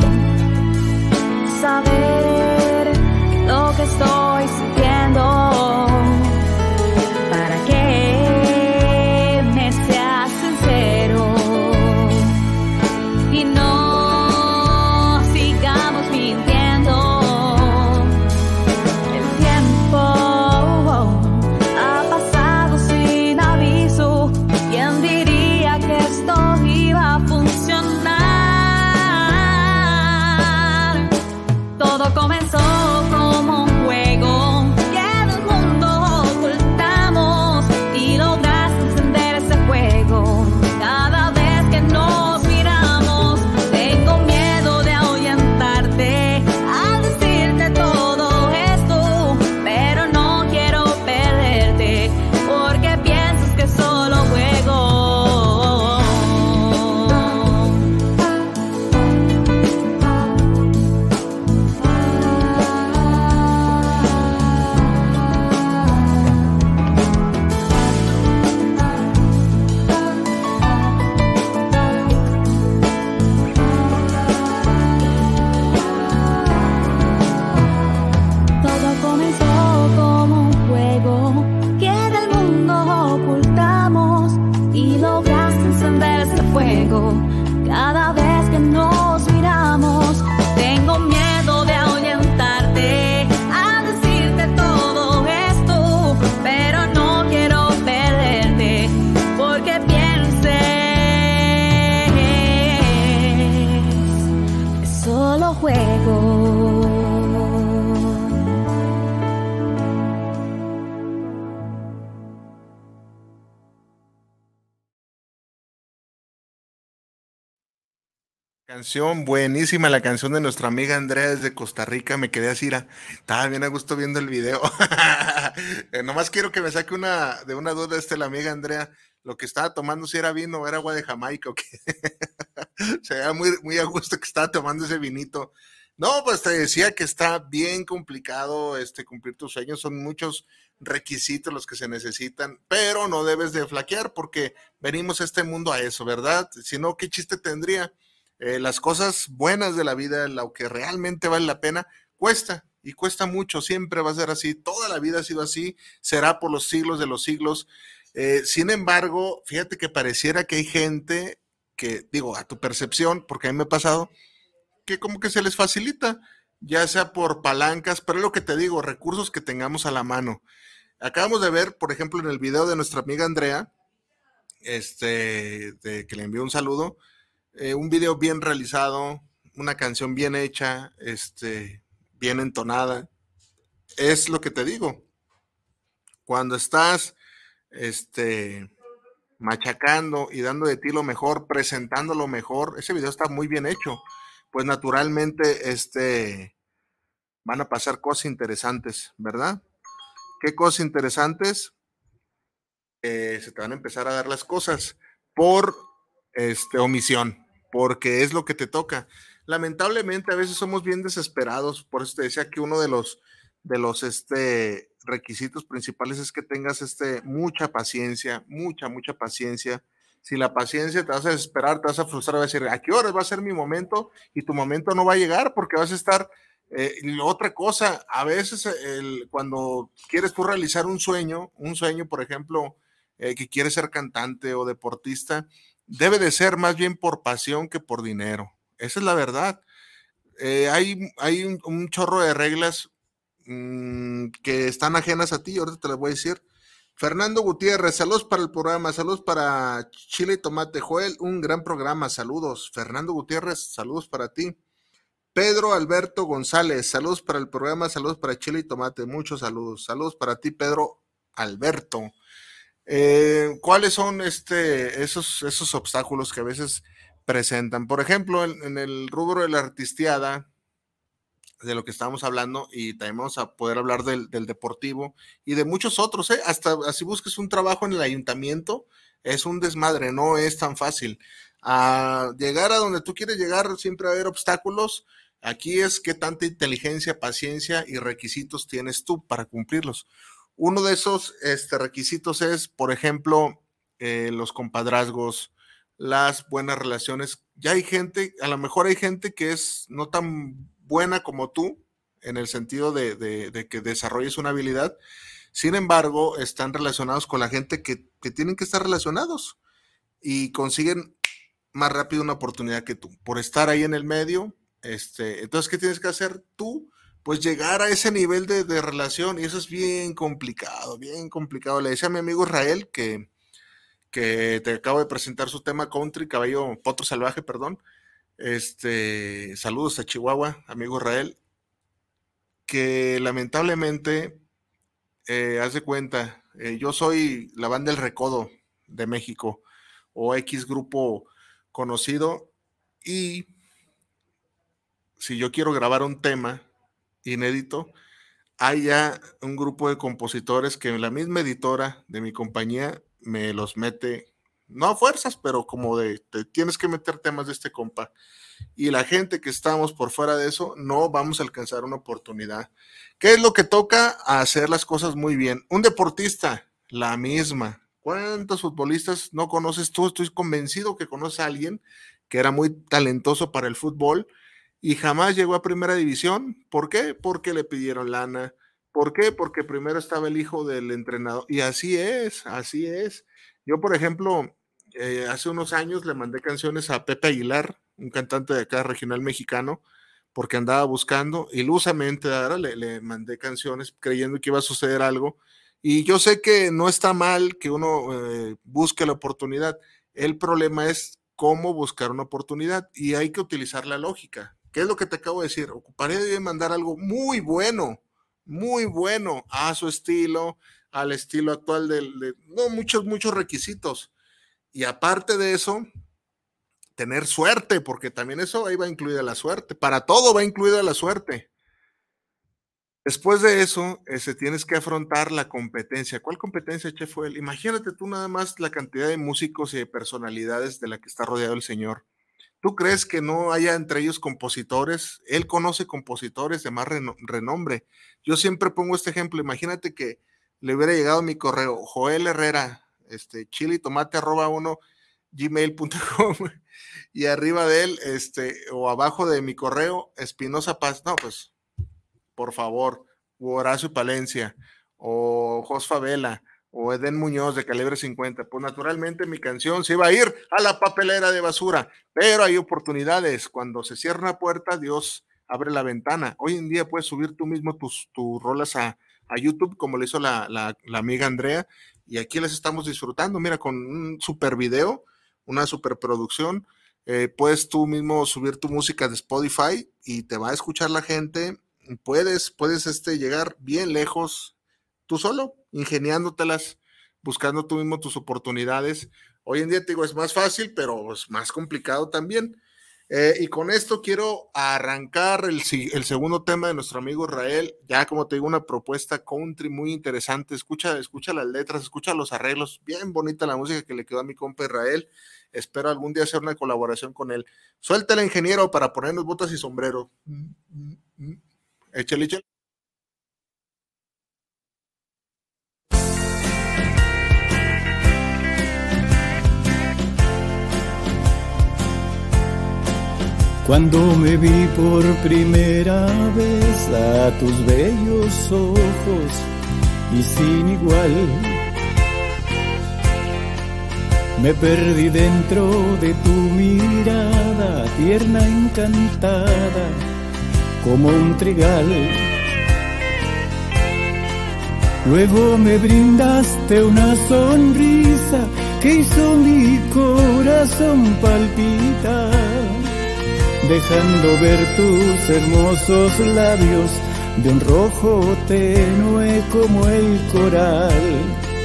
saber lo que estoy sintiendo, para que me seas sincero y no sigamos mintiendo. El tiempo ha pasado sin aviso. ¿Quién diría que esto iba a funcionar? Todo comenzó como un juego que del mundo ocultamos y lograste encender ese fuego. Cada vez que nos miramos, tengo miedo de ahuyentarte al decirte todo esto, pero no quiero perderte porque piensas que solo juego. Todo comenzó como un juego que del mundo ocultamos y lograste encender ese fuego. Cada vez que nos miramos, tengo miedo de ahuyentarte al decirte todo esto, pero no quiero perderte porque pienses que solo juego. Canción buenísima, la canción de nuestra amiga Andrea desde Costa Rica. Me quedé así, era, estaba bien a gusto viendo el video. Eh, nomás quiero que me saque una de una duda este la amiga Andrea. Lo que estaba tomando, si era vino o era agua de Jamaica o qué. Se veía muy, muy a gusto que estaba tomando ese vinito. No, pues te decía que está bien complicado este, cumplir tus sueños. Son muchos requisitos los que se necesitan, pero no debes de flaquear porque venimos a este mundo a eso, ¿verdad? Si no, ¿qué chiste tendría? Eh, las cosas buenas de la vida, lo que realmente vale la pena, cuesta, y cuesta mucho, siempre va a ser así, toda la vida ha sido así, será por los siglos de los siglos. Eh, sin embargo, fíjate que pareciera que hay gente que, digo, a tu percepción, porque a mí me ha pasado, que como que se les facilita, ya sea por palancas, pero es lo que te digo, recursos que tengamos a la mano. Acabamos de ver, por ejemplo, en el video de nuestra amiga Andrea, este, de, que le envió un saludo, Eh, un video bien realizado, una canción bien hecha, este, bien entonada. Es lo que te digo. Cuando estás este, machacando y dando de ti lo mejor, presentando lo mejor, ese video está muy bien hecho. Pues naturalmente este, van a pasar cosas interesantes, ¿verdad? ¿Qué cosas interesantes? Eh, se te van a empezar a dar las cosas por este, omisión, porque es lo que te toca. Lamentablemente a veces somos bien desesperados, por eso te decía que uno de los, de los este, requisitos principales es que tengas este, mucha paciencia, mucha, mucha paciencia. Si la paciencia te vas a desesperar, te vas a frustrar, vas a decir, ¿a qué hora va a ser mi momento? Y tu momento no va a llegar porque vas a estar... Eh, y otra cosa, a veces el, cuando quieres tú realizar un sueño, un sueño, por ejemplo, eh, que quieres ser cantante o deportista, debe de ser más bien por pasión que por dinero. Esa es la verdad. Eh, hay hay un, un, chorro de reglas mmm, que están ajenas a ti, ahorita te las voy a decir. Fernando Gutiérrez, saludos para el programa, saludos para Chile y Tomate. Joel, un gran programa, saludos. Fernando Gutiérrez, saludos para ti. Pedro Alberto González, saludos para el programa, saludos para Chile y Tomate, muchos saludos. Saludos para ti, Pedro Alberto. Eh, ¿Cuáles son este, esos, esos obstáculos que a veces presentan? Por ejemplo, en, en el rubro de la artisteada, de lo que estábamos hablando, y también vamos a poder hablar del, del deportivo y de muchos otros, ¿eh? Hasta así busques un trabajo en el ayuntamiento, es un desmadre, no es tan fácil. A llegar a donde tú quieres llegar siempre va a haber obstáculos. Aquí es qué tanta inteligencia, paciencia y requisitos tienes tú para cumplirlos. Uno de esos este, requisitos es, por ejemplo, eh, los compadrazgos, las buenas relaciones. Ya hay gente, a lo mejor hay gente que es no tan buena como tú, en el sentido de, de, de que desarrolles una habilidad. Sin embargo, están relacionados con la gente que, que tienen que estar relacionados y consiguen más rápido una oportunidad que tú, por estar ahí en el medio. Este, entonces, ¿qué tienes que hacer tú? Pues llegar a ese nivel de, de relación, y eso es bien complicado, bien complicado. Le decía a mi amigo Israel, que, que te acabo de presentar su tema country, caballo, potro salvaje, perdón. Este, saludos a Chihuahua, amigo Israel, que lamentablemente, eh, haz de cuenta, eh, yo soy la banda El Recodo de México, o X grupo conocido, y si yo quiero grabar un tema inédito, hay ya un grupo de compositores que la misma editora de mi compañía me los mete, no a fuerzas, pero como de, te tienes que meter temas de este compa. Y la gente que estamos por fuera de eso, no vamos a alcanzar una oportunidad. ¿Qué es lo que toca? A hacer las cosas muy bien. Un deportista, la misma. ¿Cuántos futbolistas no conoces tú? Estoy convencido que conoces a alguien que era muy talentoso para el fútbol y jamás llegó a primera división. ¿Por qué? Porque le pidieron lana. ¿Por qué? Porque primero estaba el hijo del entrenador. Y así es, así es. Yo, por ejemplo, eh, hace unos años le mandé canciones a Pepe Aguilar, un cantante de acá regional mexicano, porque andaba buscando, ilusamente ahora le, le mandé canciones creyendo que iba a suceder algo. Y yo sé que no está mal que uno eh, busque la oportunidad. El problema es cómo buscar una oportunidad y hay que utilizar la lógica. ¿Qué es lo que te acabo de decir? Ocuparía de mandar algo muy bueno, muy bueno a su estilo, al estilo actual de, de no, muchos, muchos requisitos. Y aparte de eso, tener suerte, porque también eso ahí va incluida la suerte. Para todo va incluida la suerte. Después de eso, ese, tienes que afrontar la competencia. ¿Cuál competencia, Chef Joel? Imagínate tú nada más la cantidad de músicos y de personalidades de la que está rodeado el señor. ¿Tú crees que no haya entre ellos compositores? Él conoce compositores de más reno- renombre. Yo siempre pongo este ejemplo. Imagínate que le hubiera llegado mi correo, Joel Herrera, este, chilitomate arroba uno, gmail punto com, y arriba de él, este, o abajo de mi correo, Espinosa Paz. No, pues, por favor, o Horacio Palencia, o Josfa Vela, o Edén Muñoz de Calibre cincuenta, pues naturalmente mi canción se iba a ir a la papelera de basura, pero hay oportunidades. Cuando se cierra una puerta, Dios abre la ventana. Hoy en día puedes subir tú mismo tus, tus rolas a, a YouTube, como lo hizo la, la, la amiga Andrea, y aquí las estamos disfrutando, mira, con un super video, una super producción. Eh, puedes tú mismo subir tu música de Spotify y te va a escuchar la gente. Puedes, puedes este, llegar bien lejos tú solo, ingeniándotelas, buscando tú mismo tus oportunidades. Hoy en día te digo, es más fácil, pero es más complicado también. Eh, y con esto quiero arrancar el, el segundo tema de nuestro amigo Israel. Ya como te digo, una propuesta country muy interesante. Escucha, escucha las letras, escucha los arreglos. Bien bonita la música que le quedó a mi compa Israel. Espero algún día hacer una colaboración con él. Suéltale, ingeniero, para ponernos botas y sombrero. Échale, échale. Cuando me vi por primera vez a tus bellos ojos y sin igual, me perdí dentro de tu mirada tierna, encantada, como un trigal. Luego me brindaste una sonrisa que hizo mi corazón palpitar, dejando ver tus hermosos labios de un rojo tenue como el coral.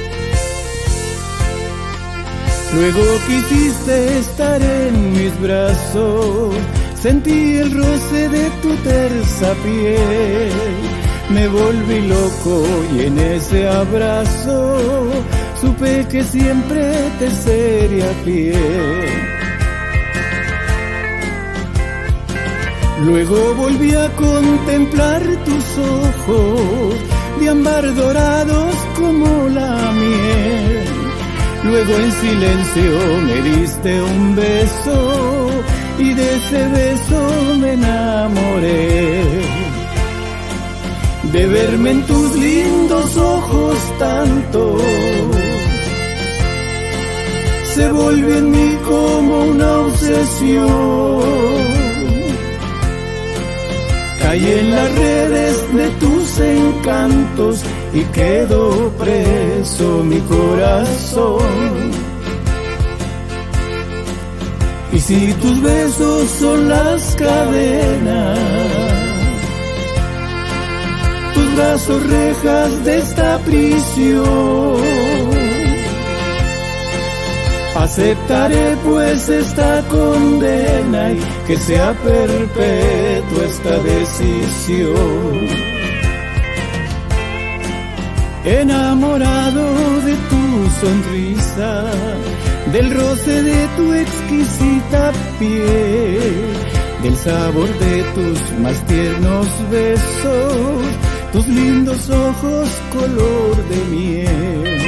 Luego quisiste estar en mis brazos, sentí el roce de tu tersa piel, me volví loco y en ese abrazo supe que siempre te sería fiel. Luego volví a contemplar tus ojos de ámbar dorados como la miel. Luego en silencio me diste un beso y de ese beso me enamoré. De verme en tus lindos ojos tanto, se volvió en mí como una obsesión. Caí en las redes de tus encantos y quedó preso mi corazón. Y si tus besos son las cadenas, tus brazos rejas de esta prisión, aceptaré pues esta condena y que sea perpetua esta decisión. Enamorado de tu sonrisa, del roce de tu exquisita piel, del sabor de tus más tiernos besos, tus lindos ojos color de miel.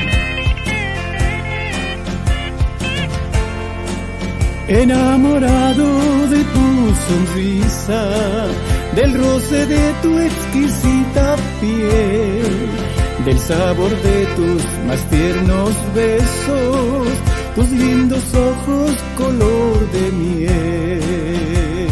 Enamorado de tu sonrisa, del roce de tu exquisita piel, del sabor de tus más tiernos besos, tus lindos ojos color de miel.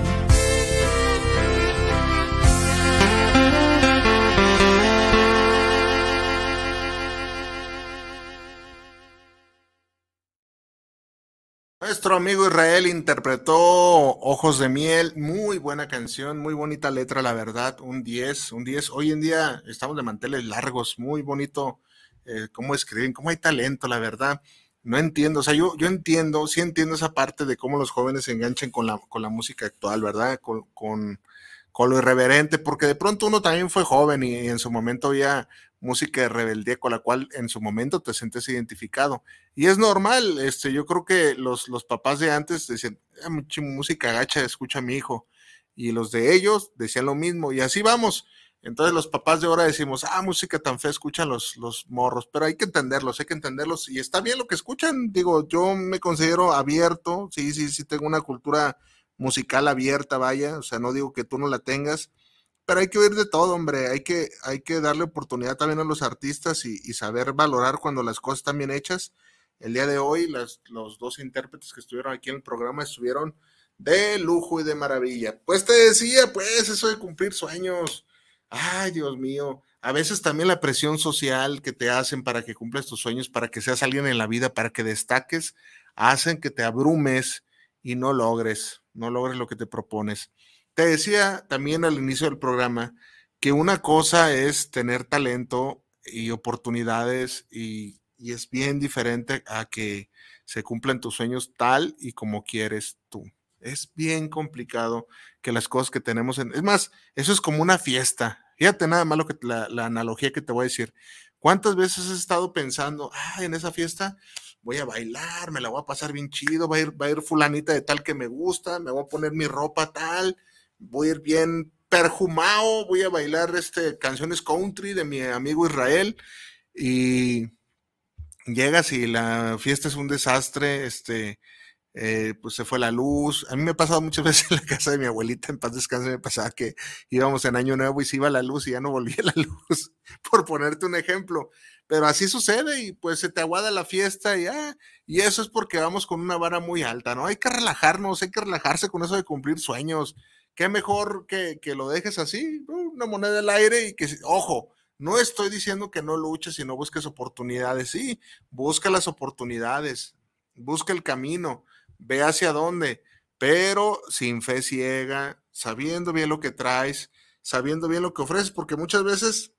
Nuestro amigo Israel interpretó Ojos de Miel, muy buena canción, muy bonita letra, la verdad, un diez, un diez. Hoy en día estamos de manteles largos, muy bonito eh, cómo escriben, cómo hay talento, la verdad. No entiendo, o sea, yo, yo entiendo, sí entiendo esa parte de cómo los jóvenes se enganchan con la, con la música actual, ¿verdad? Con, con, con lo irreverente, porque de pronto uno también fue joven y, y en su momento había música de rebeldía con la cual en su momento te sientes identificado. Y es normal, este, yo creo que los, los papás de antes decían, ah, mucha música gacha, escucha a mi hijo. Y los de ellos decían lo mismo, y así vamos. Entonces los papás de ahora decimos, ah, música tan fea escuchan los, los morros, pero hay que entenderlos, hay que entenderlos, y está bien lo que escuchan. Digo, yo me considero abierto, sí, sí, sí tengo una cultura musical abierta, vaya, o sea, no digo que tú no la tengas, pero hay que oír de todo, hombre, hay que, hay que darle oportunidad también a los artistas y, y saber valorar cuando las cosas están bien hechas. El día de hoy, las, los dos intérpretes que estuvieron aquí en el programa estuvieron de lujo y de maravilla. Pues te decía, pues, eso de cumplir sueños. Ay, Dios mío. A veces también la presión social que te hacen para que cumplas tus sueños, para que seas alguien en la vida, para que destaques, hacen que te abrumes y no logres, no logres lo que te propones. Te decía también al inicio del programa que una cosa es tener talento y oportunidades y, y es bien diferente a que se cumplan tus sueños tal y como quieres tú. Es bien complicado que las cosas que tenemos en... Es más, eso es como una fiesta. Fíjate nada más lo que, la, la analogía que te voy a decir. ¿Cuántas veces has estado pensando, ah, en esa fiesta voy a bailar, me la voy a pasar bien chido, va a ir, va a ir fulanita de tal que me gusta, me voy a poner mi ropa tal, voy a ir bien perfumado, voy a bailar este, canciones country de mi amigo Israel, y llegas y la fiesta es un desastre, este... Eh, pues se fue la luz. A mí me ha pasado muchas veces en la casa de mi abuelita, en paz descanse, me pasaba que íbamos en Año Nuevo y se iba la luz y ya no volvía la luz, por ponerte un ejemplo. Pero así sucede y pues se te aguada la fiesta y, ah, y eso es porque vamos con una vara muy alta, ¿no? Hay que relajarnos, hay que relajarse con eso de cumplir sueños. Qué mejor que, que lo dejes así, una moneda al aire y que, ojo, no estoy diciendo que no luches y no busques oportunidades. Sí, busca las oportunidades, busca el camino, ve hacia dónde, pero sin fe ciega, sabiendo bien lo que traes, sabiendo bien lo que ofreces, porque muchas veces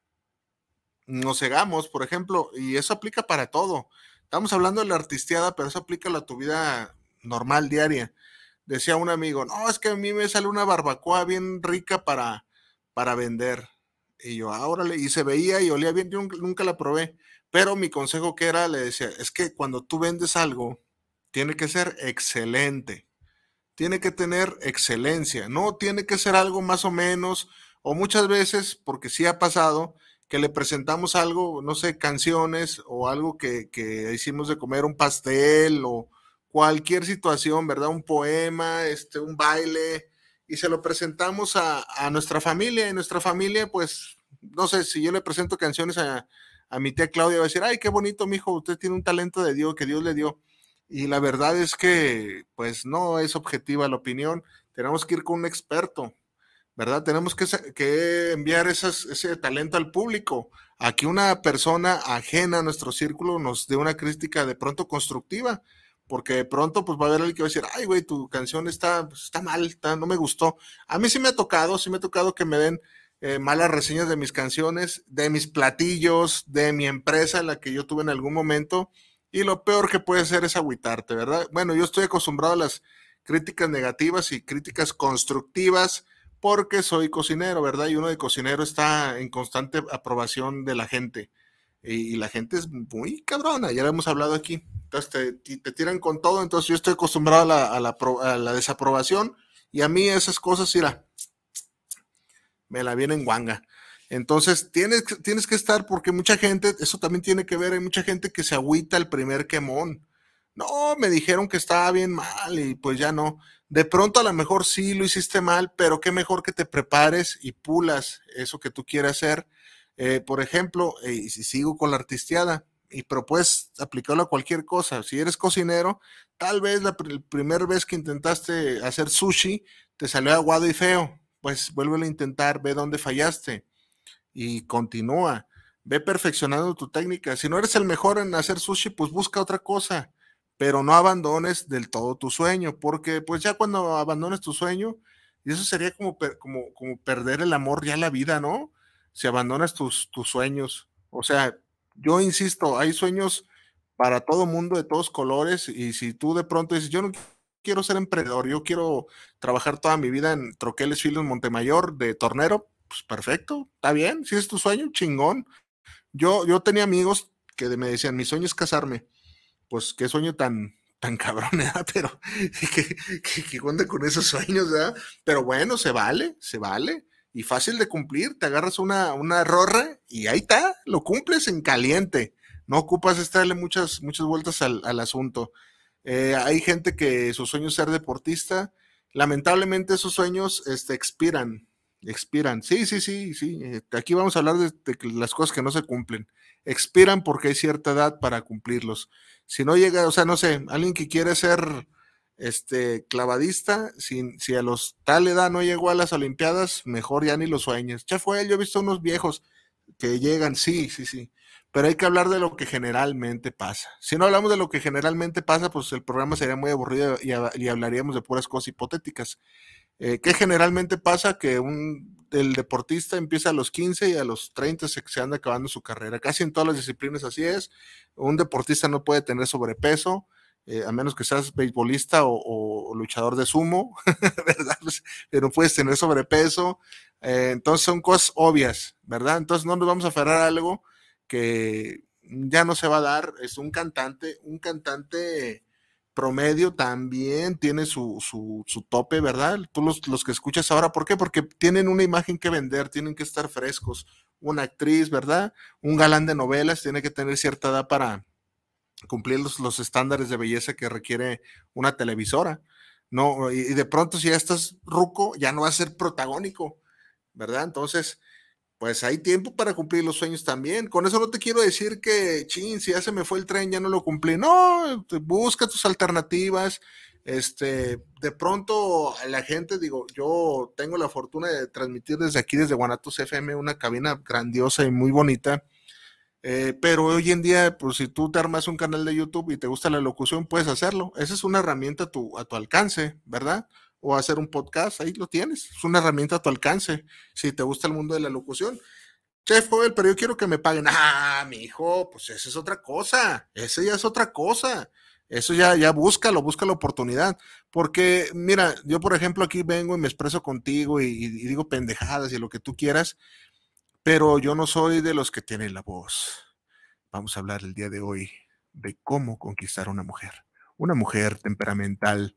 nos cegamos, por ejemplo, y eso aplica para todo. Estamos hablando de la artisteada, pero eso aplica a tu vida normal, diaria. Decía un amigo, no, es que a mí me sale una barbacoa bien rica para, para vender. Y yo, ah, órale, y se veía y olía bien, yo nunca la probé, pero mi consejo que era, le decía, es que cuando tú vendes algo, tiene que ser excelente, tiene que tener excelencia, no tiene que ser algo más o menos, o muchas veces, porque sí ha pasado, que le presentamos algo, no sé, canciones, o algo que, que hicimos de comer, un pastel, o cualquier situación, ¿verdad? Un poema, este, un baile, y se lo presentamos a, a nuestra familia, y nuestra familia, pues, no sé, si yo le presento canciones a, a mi tía Claudia, va a decir, ay, qué bonito, mijo, usted tiene un talento de Dios, que Dios le dio. Y la verdad es que, pues, no es objetiva la opinión. Tenemos que ir con un experto, ¿verdad? Tenemos que, que enviar esas, ese talento al público, a que una persona ajena a nuestro círculo nos dé una crítica de pronto constructiva, porque de pronto, pues, va a haber alguien que va a decir, ay, güey, tu canción está, pues, está mal, está, no me gustó. A mí sí me ha tocado, sí me ha tocado que me den eh, malas reseñas de mis canciones, de mis platillos, de mi empresa, la que yo tuve en algún momento. Y lo peor que puede ser es agüitarte, ¿verdad? Bueno, yo estoy acostumbrado a las críticas negativas y críticas constructivas porque soy cocinero, ¿verdad? Y uno de cocinero está en constante aprobación de la gente. Y, y la gente es muy cabrona, ya lo hemos hablado aquí. Entonces te, te tiran con todo, entonces yo estoy acostumbrado a la, a la, a la desaprobación y a mí esas cosas, mira, me la vienen guanga. Entonces, tienes, tienes que estar, porque mucha gente, eso también tiene que ver, hay mucha gente que se agüita el primer quemón. No, me dijeron que estaba bien mal y pues ya no. De pronto a lo mejor sí lo hiciste mal, pero qué mejor que te prepares y pulas eso que tú quieres hacer. Eh, por ejemplo, eh, si sigo con la artisteada, y pero puedes aplicarlo a cualquier cosa. Si eres cocinero, tal vez la pr- primera vez que intentaste hacer sushi, te salió aguado y feo. Pues vuélvelo a intentar, ve dónde fallaste y continúa, ve perfeccionando tu técnica. Si no eres el mejor en hacer sushi, pues busca otra cosa, pero no abandones del todo tu sueño, porque pues ya cuando abandones tu sueño, y eso sería como, como, como perder el amor ya a la vida, ¿no? Si abandonas tus, tus sueños. O sea, yo insisto, hay sueños para todo mundo, de todos colores, y si tú de pronto dices, yo no quiero ser emprendedor, yo quiero trabajar toda mi vida en Troqueles Filos Montemayor de tornero, pues perfecto, está bien, si es tu sueño, chingón. Yo, yo tenía amigos que me decían, mi sueño es casarme, pues qué sueño tan, tan cabrón, ¿verdad? Pero que, que, que cuente con esos sueños, ¿verdad? Pero bueno, se vale, se vale, y fácil de cumplir, te agarras una, una rorra y ahí está, lo cumples en caliente, no ocupas estarle muchas, muchas vueltas al, al asunto. Eh, hay gente que su sueño es ser deportista, lamentablemente esos sueños este, expiran, expiran, sí, sí, sí, sí, eh, aquí vamos a hablar de, de las cosas que no se cumplen, expiran porque hay cierta edad para cumplirlos. Si no llega, o sea, no sé, alguien que quiere ser este clavadista, si, si a los tal edad no llegó a las Olimpiadas, mejor ya ni lo sueñes. Ya fue, yo he visto unos viejos que llegan, sí, sí, sí, pero hay que hablar de lo que generalmente pasa. Si no hablamos de lo que generalmente pasa, pues el programa sería muy aburrido y, y hablaríamos de puras cosas hipotéticas. Eh, ¿Qué generalmente pasa? Que un, el deportista empieza a los quince y a los treinta se, se anda acabando su carrera. Casi en todas las disciplinas así es. Un deportista no puede tener sobrepeso, eh, a menos que seas beisbolista o, o, o luchador de sumo, ¿verdad? Pues, no puedes tener sobrepeso. Eh, entonces son cosas obvias, ¿verdad? Entonces no nos vamos a aferrar a algo que ya no se va a dar. Es un cantante, un cantante promedio también tiene su, su, su tope, ¿verdad? Tú los, los que escuchas ahora, ¿por qué? Porque tienen una imagen que vender, tienen que estar frescos. Una actriz, ¿verdad? Un galán de novelas tiene que tener cierta edad para cumplir los, los estándares de belleza que requiere una televisora, ¿no? Y, y de pronto si ya estás ruco, ya no va a ser protagónico, ¿verdad? Entonces, pues hay tiempo para cumplir los sueños también. Con eso no te quiero decir que, chin, si ya se me fue el tren, ya no lo cumplí. No, busca tus alternativas. Este, de pronto la gente, digo, yo tengo la fortuna de transmitir desde aquí, desde Guanatos F M, una cabina grandiosa y muy bonita. Eh, pero hoy en día, pues si tú te armas un canal de YouTube y te gusta la locución, puedes hacerlo. Esa es una herramienta a tu, a tu alcance, ¿verdad? O hacer un podcast, ahí lo tienes. Es una herramienta a tu alcance, si te gusta el mundo de la locución. Chef Joel, pero yo quiero que me paguen. Ah, mi hijo, pues esa es otra cosa. Esa ya es otra cosa. Eso ya, ya búscalo, busca la oportunidad. Porque, mira, yo por ejemplo aquí vengo y me expreso contigo y, y digo pendejadas y lo que tú quieras, pero yo no soy de los que tienen la voz. Vamos a hablar el día de hoy de cómo conquistar a una mujer. Una mujer temperamental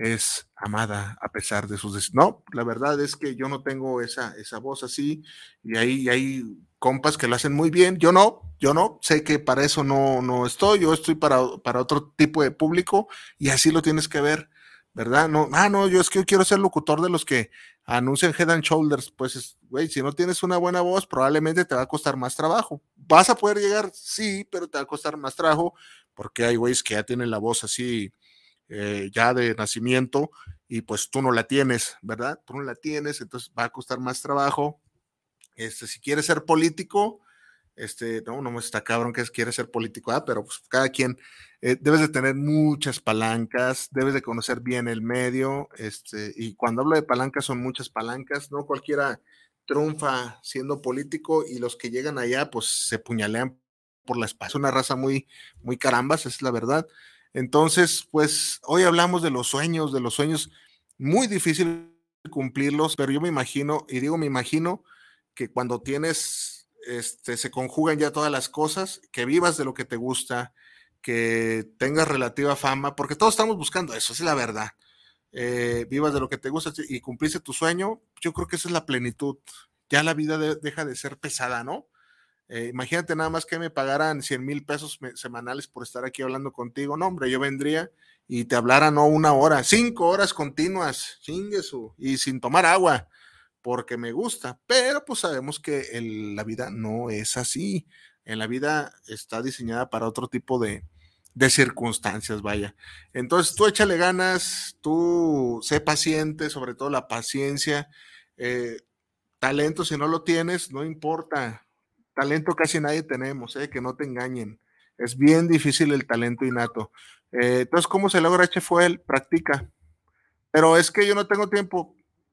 es amada a pesar de sus... Des- no, la verdad es que yo no tengo esa, esa voz así y hay, y hay compas que lo hacen muy bien. Yo no, yo no. Sé que para eso no, no estoy. Yo estoy para, para otro tipo de público y así lo tienes que ver, ¿verdad? No, ah, no, yo es que yo quiero ser locutor de los que anuncian Head and Shoulders. Pues, güey, si no tienes una buena voz, probablemente te va a costar más trabajo. Vas a poder llegar, sí, pero te va a costar más trabajo porque hay güeyes que ya tienen la voz así, eh, ya de nacimiento, y pues tú no la tienes, ¿verdad? Tú no la tienes, entonces va a costar más trabajo. Este, si quieres ser político, este, no, no está cabrón que quiere ser político, ¿eh? Pero pues cada quien, eh, debes de tener muchas palancas, debes de conocer bien el medio, este, y cuando hablo de palancas son muchas palancas, no cualquiera triunfa siendo político y los que llegan allá pues se puñalean por la espalda, es una raza muy, muy carambas, esa es la verdad. Entonces, pues hoy hablamos de los sueños, de los sueños, muy difícil cumplirlos, pero yo me imagino, y digo me imagino, que cuando tienes, este, se conjugan ya todas las cosas, que vivas de lo que te gusta, que tengas relativa fama, porque todos estamos buscando eso, esa es la verdad. Eh, vivas de lo que te gusta y cumpliste tu sueño, yo creo que esa es la plenitud. Ya la vida de, deja de ser pesada, ¿no? Eh, imagínate nada más que me pagaran cien mil pesos me, semanales por estar aquí hablando contigo. No, hombre, yo vendría y te hablara no una hora, cinco horas continuas, chinguesu, y sin tomar agua, porque me gusta, pero pues sabemos que el, la vida no es así. En la vida está diseñada para otro tipo de, de circunstancias, vaya. Entonces tú échale ganas, tú sé paciente, sobre todo la paciencia. Eh, talento, si no lo tienes, no importa. Talento casi nadie tenemos, eh, que no te engañen. Es bien difícil el talento innato. Eh, entonces, ¿cómo se logra, H F L? Practica. Pero es que yo no tengo tiempo.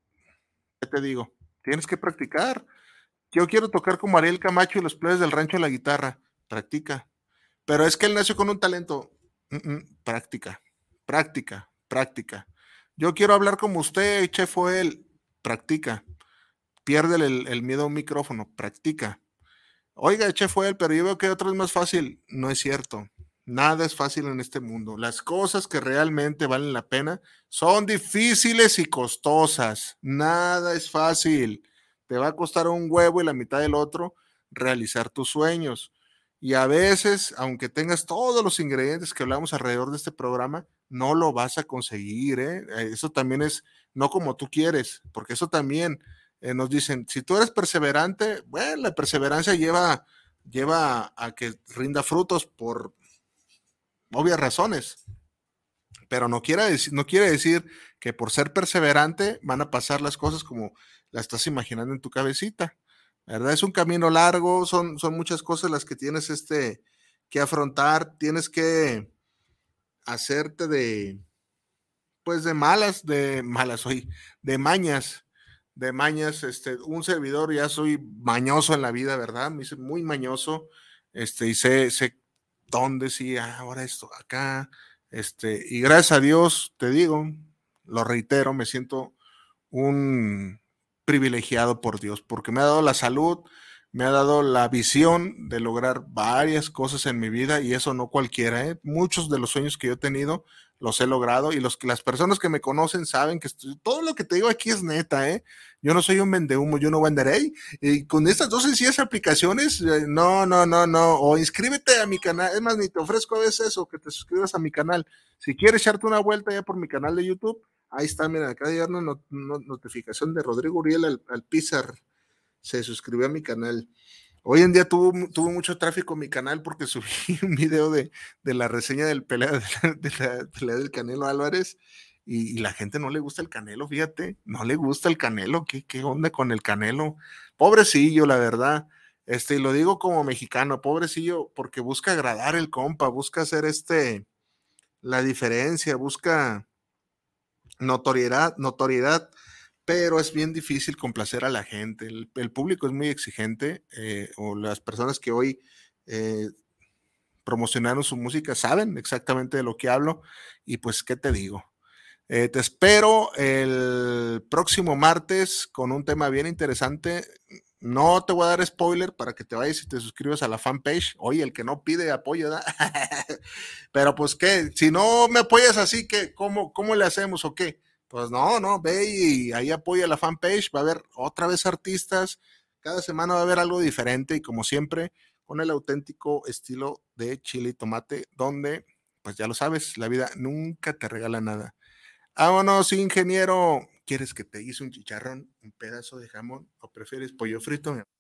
¿Qué te digo? Tienes que practicar. Yo quiero tocar como Ariel Camacho y los plebes del rancho de la guitarra. Practica. pero es que él nació con un talento. Mm-mm, práctica, práctica, práctica. Yo quiero hablar como usted, Chef Joel, practica. Piérdele el, el miedo a un micrófono, practica. Oiga, Chef Joel, pero yo veo que otro es más fácil. No es cierto. Nada es fácil en este mundo. Las cosas que realmente valen la pena son difíciles y costosas. Nada es fácil. Te va a costar un huevo y la mitad del otro realizar tus sueños. Y a veces, aunque tengas todos los ingredientes que hablamos alrededor de este programa, no lo vas a conseguir, ¿eh? Eso también es no como tú quieres, porque eso también eh, nos dicen, si tú eres perseverante, bueno, la perseverancia lleva, lleva a que rinda frutos por obvias razones, pero no quiere, decir, no quiere decir que por ser perseverante van a pasar las cosas como las estás imaginando en tu cabecita, ¿verdad? Es un camino largo, son, son muchas cosas las que tienes este, que afrontar, tienes que hacerte de, pues de malas, de malas hoy, de mañas, de mañas, este, un servidor, ya soy mañoso en la vida, ¿verdad? Me hice muy mañoso, este, y sé, sé dónde sí, ahora esto, acá, este, y gracias a Dios, te digo, lo reitero, me siento un privilegiado por Dios, porque me ha dado la salud, me ha dado la visión de lograr varias cosas en mi vida y eso no cualquiera, ¿eh? Muchos de los sueños que yo he tenido los he logrado y los, las personas que me conocen saben que estoy, todo lo que te digo aquí es neta, ¿eh? Yo no soy un vendehumo, yo no venderé y con estas dos sencillas aplicaciones, eh, no, no, no, no, o inscríbete a mi canal, es más, ni te ofrezco a veces eso, que te suscribas a mi canal, si quieres echarte una vuelta ya por mi canal de YouTube, ahí está, mira, acá hay una not, not, notificación de Rodrigo Uriel al, al Pizar, se suscribió a mi canal. Hoy en día tuvo, tuvo mucho tráfico mi canal porque subí un video de, de la reseña del pelea, de la, de la pelea del Canelo Álvarez y, y la gente no le gusta el Canelo, fíjate, no le gusta el Canelo, ¿qué, qué onda con el Canelo? Pobrecillo, la verdad, este, y lo digo como mexicano, pobrecillo, porque busca agradar el compa, busca hacer este, la diferencia, busca notoriedad, notoriedad, pero es bien difícil complacer a la gente. El, el público es muy exigente, eh, o las personas que hoy eh, promocionaron su música saben exactamente de lo que hablo, y pues, ¿qué te digo? Eh, te espero el próximo martes con un tema bien interesante. No te voy a dar spoiler para que te vayas y te suscribas a la fanpage. Oye, el que no pide apoyo, ¿da? Pero pues, ¿qué? Si no me apoyas así, ¿qué? ¿Cómo, cómo le hacemos o qué? Pues no, no, ve y ahí apoya la fanpage, va a haber otra vez artistas, cada semana va a haber algo diferente y como siempre, con el auténtico estilo de Chile y Tomate, donde, pues ya lo sabes, la vida nunca te regala nada. Vámonos, ingeniero. ¿Quieres que te hice un chicharrón, un pedazo de jamón o prefieres pollo frito?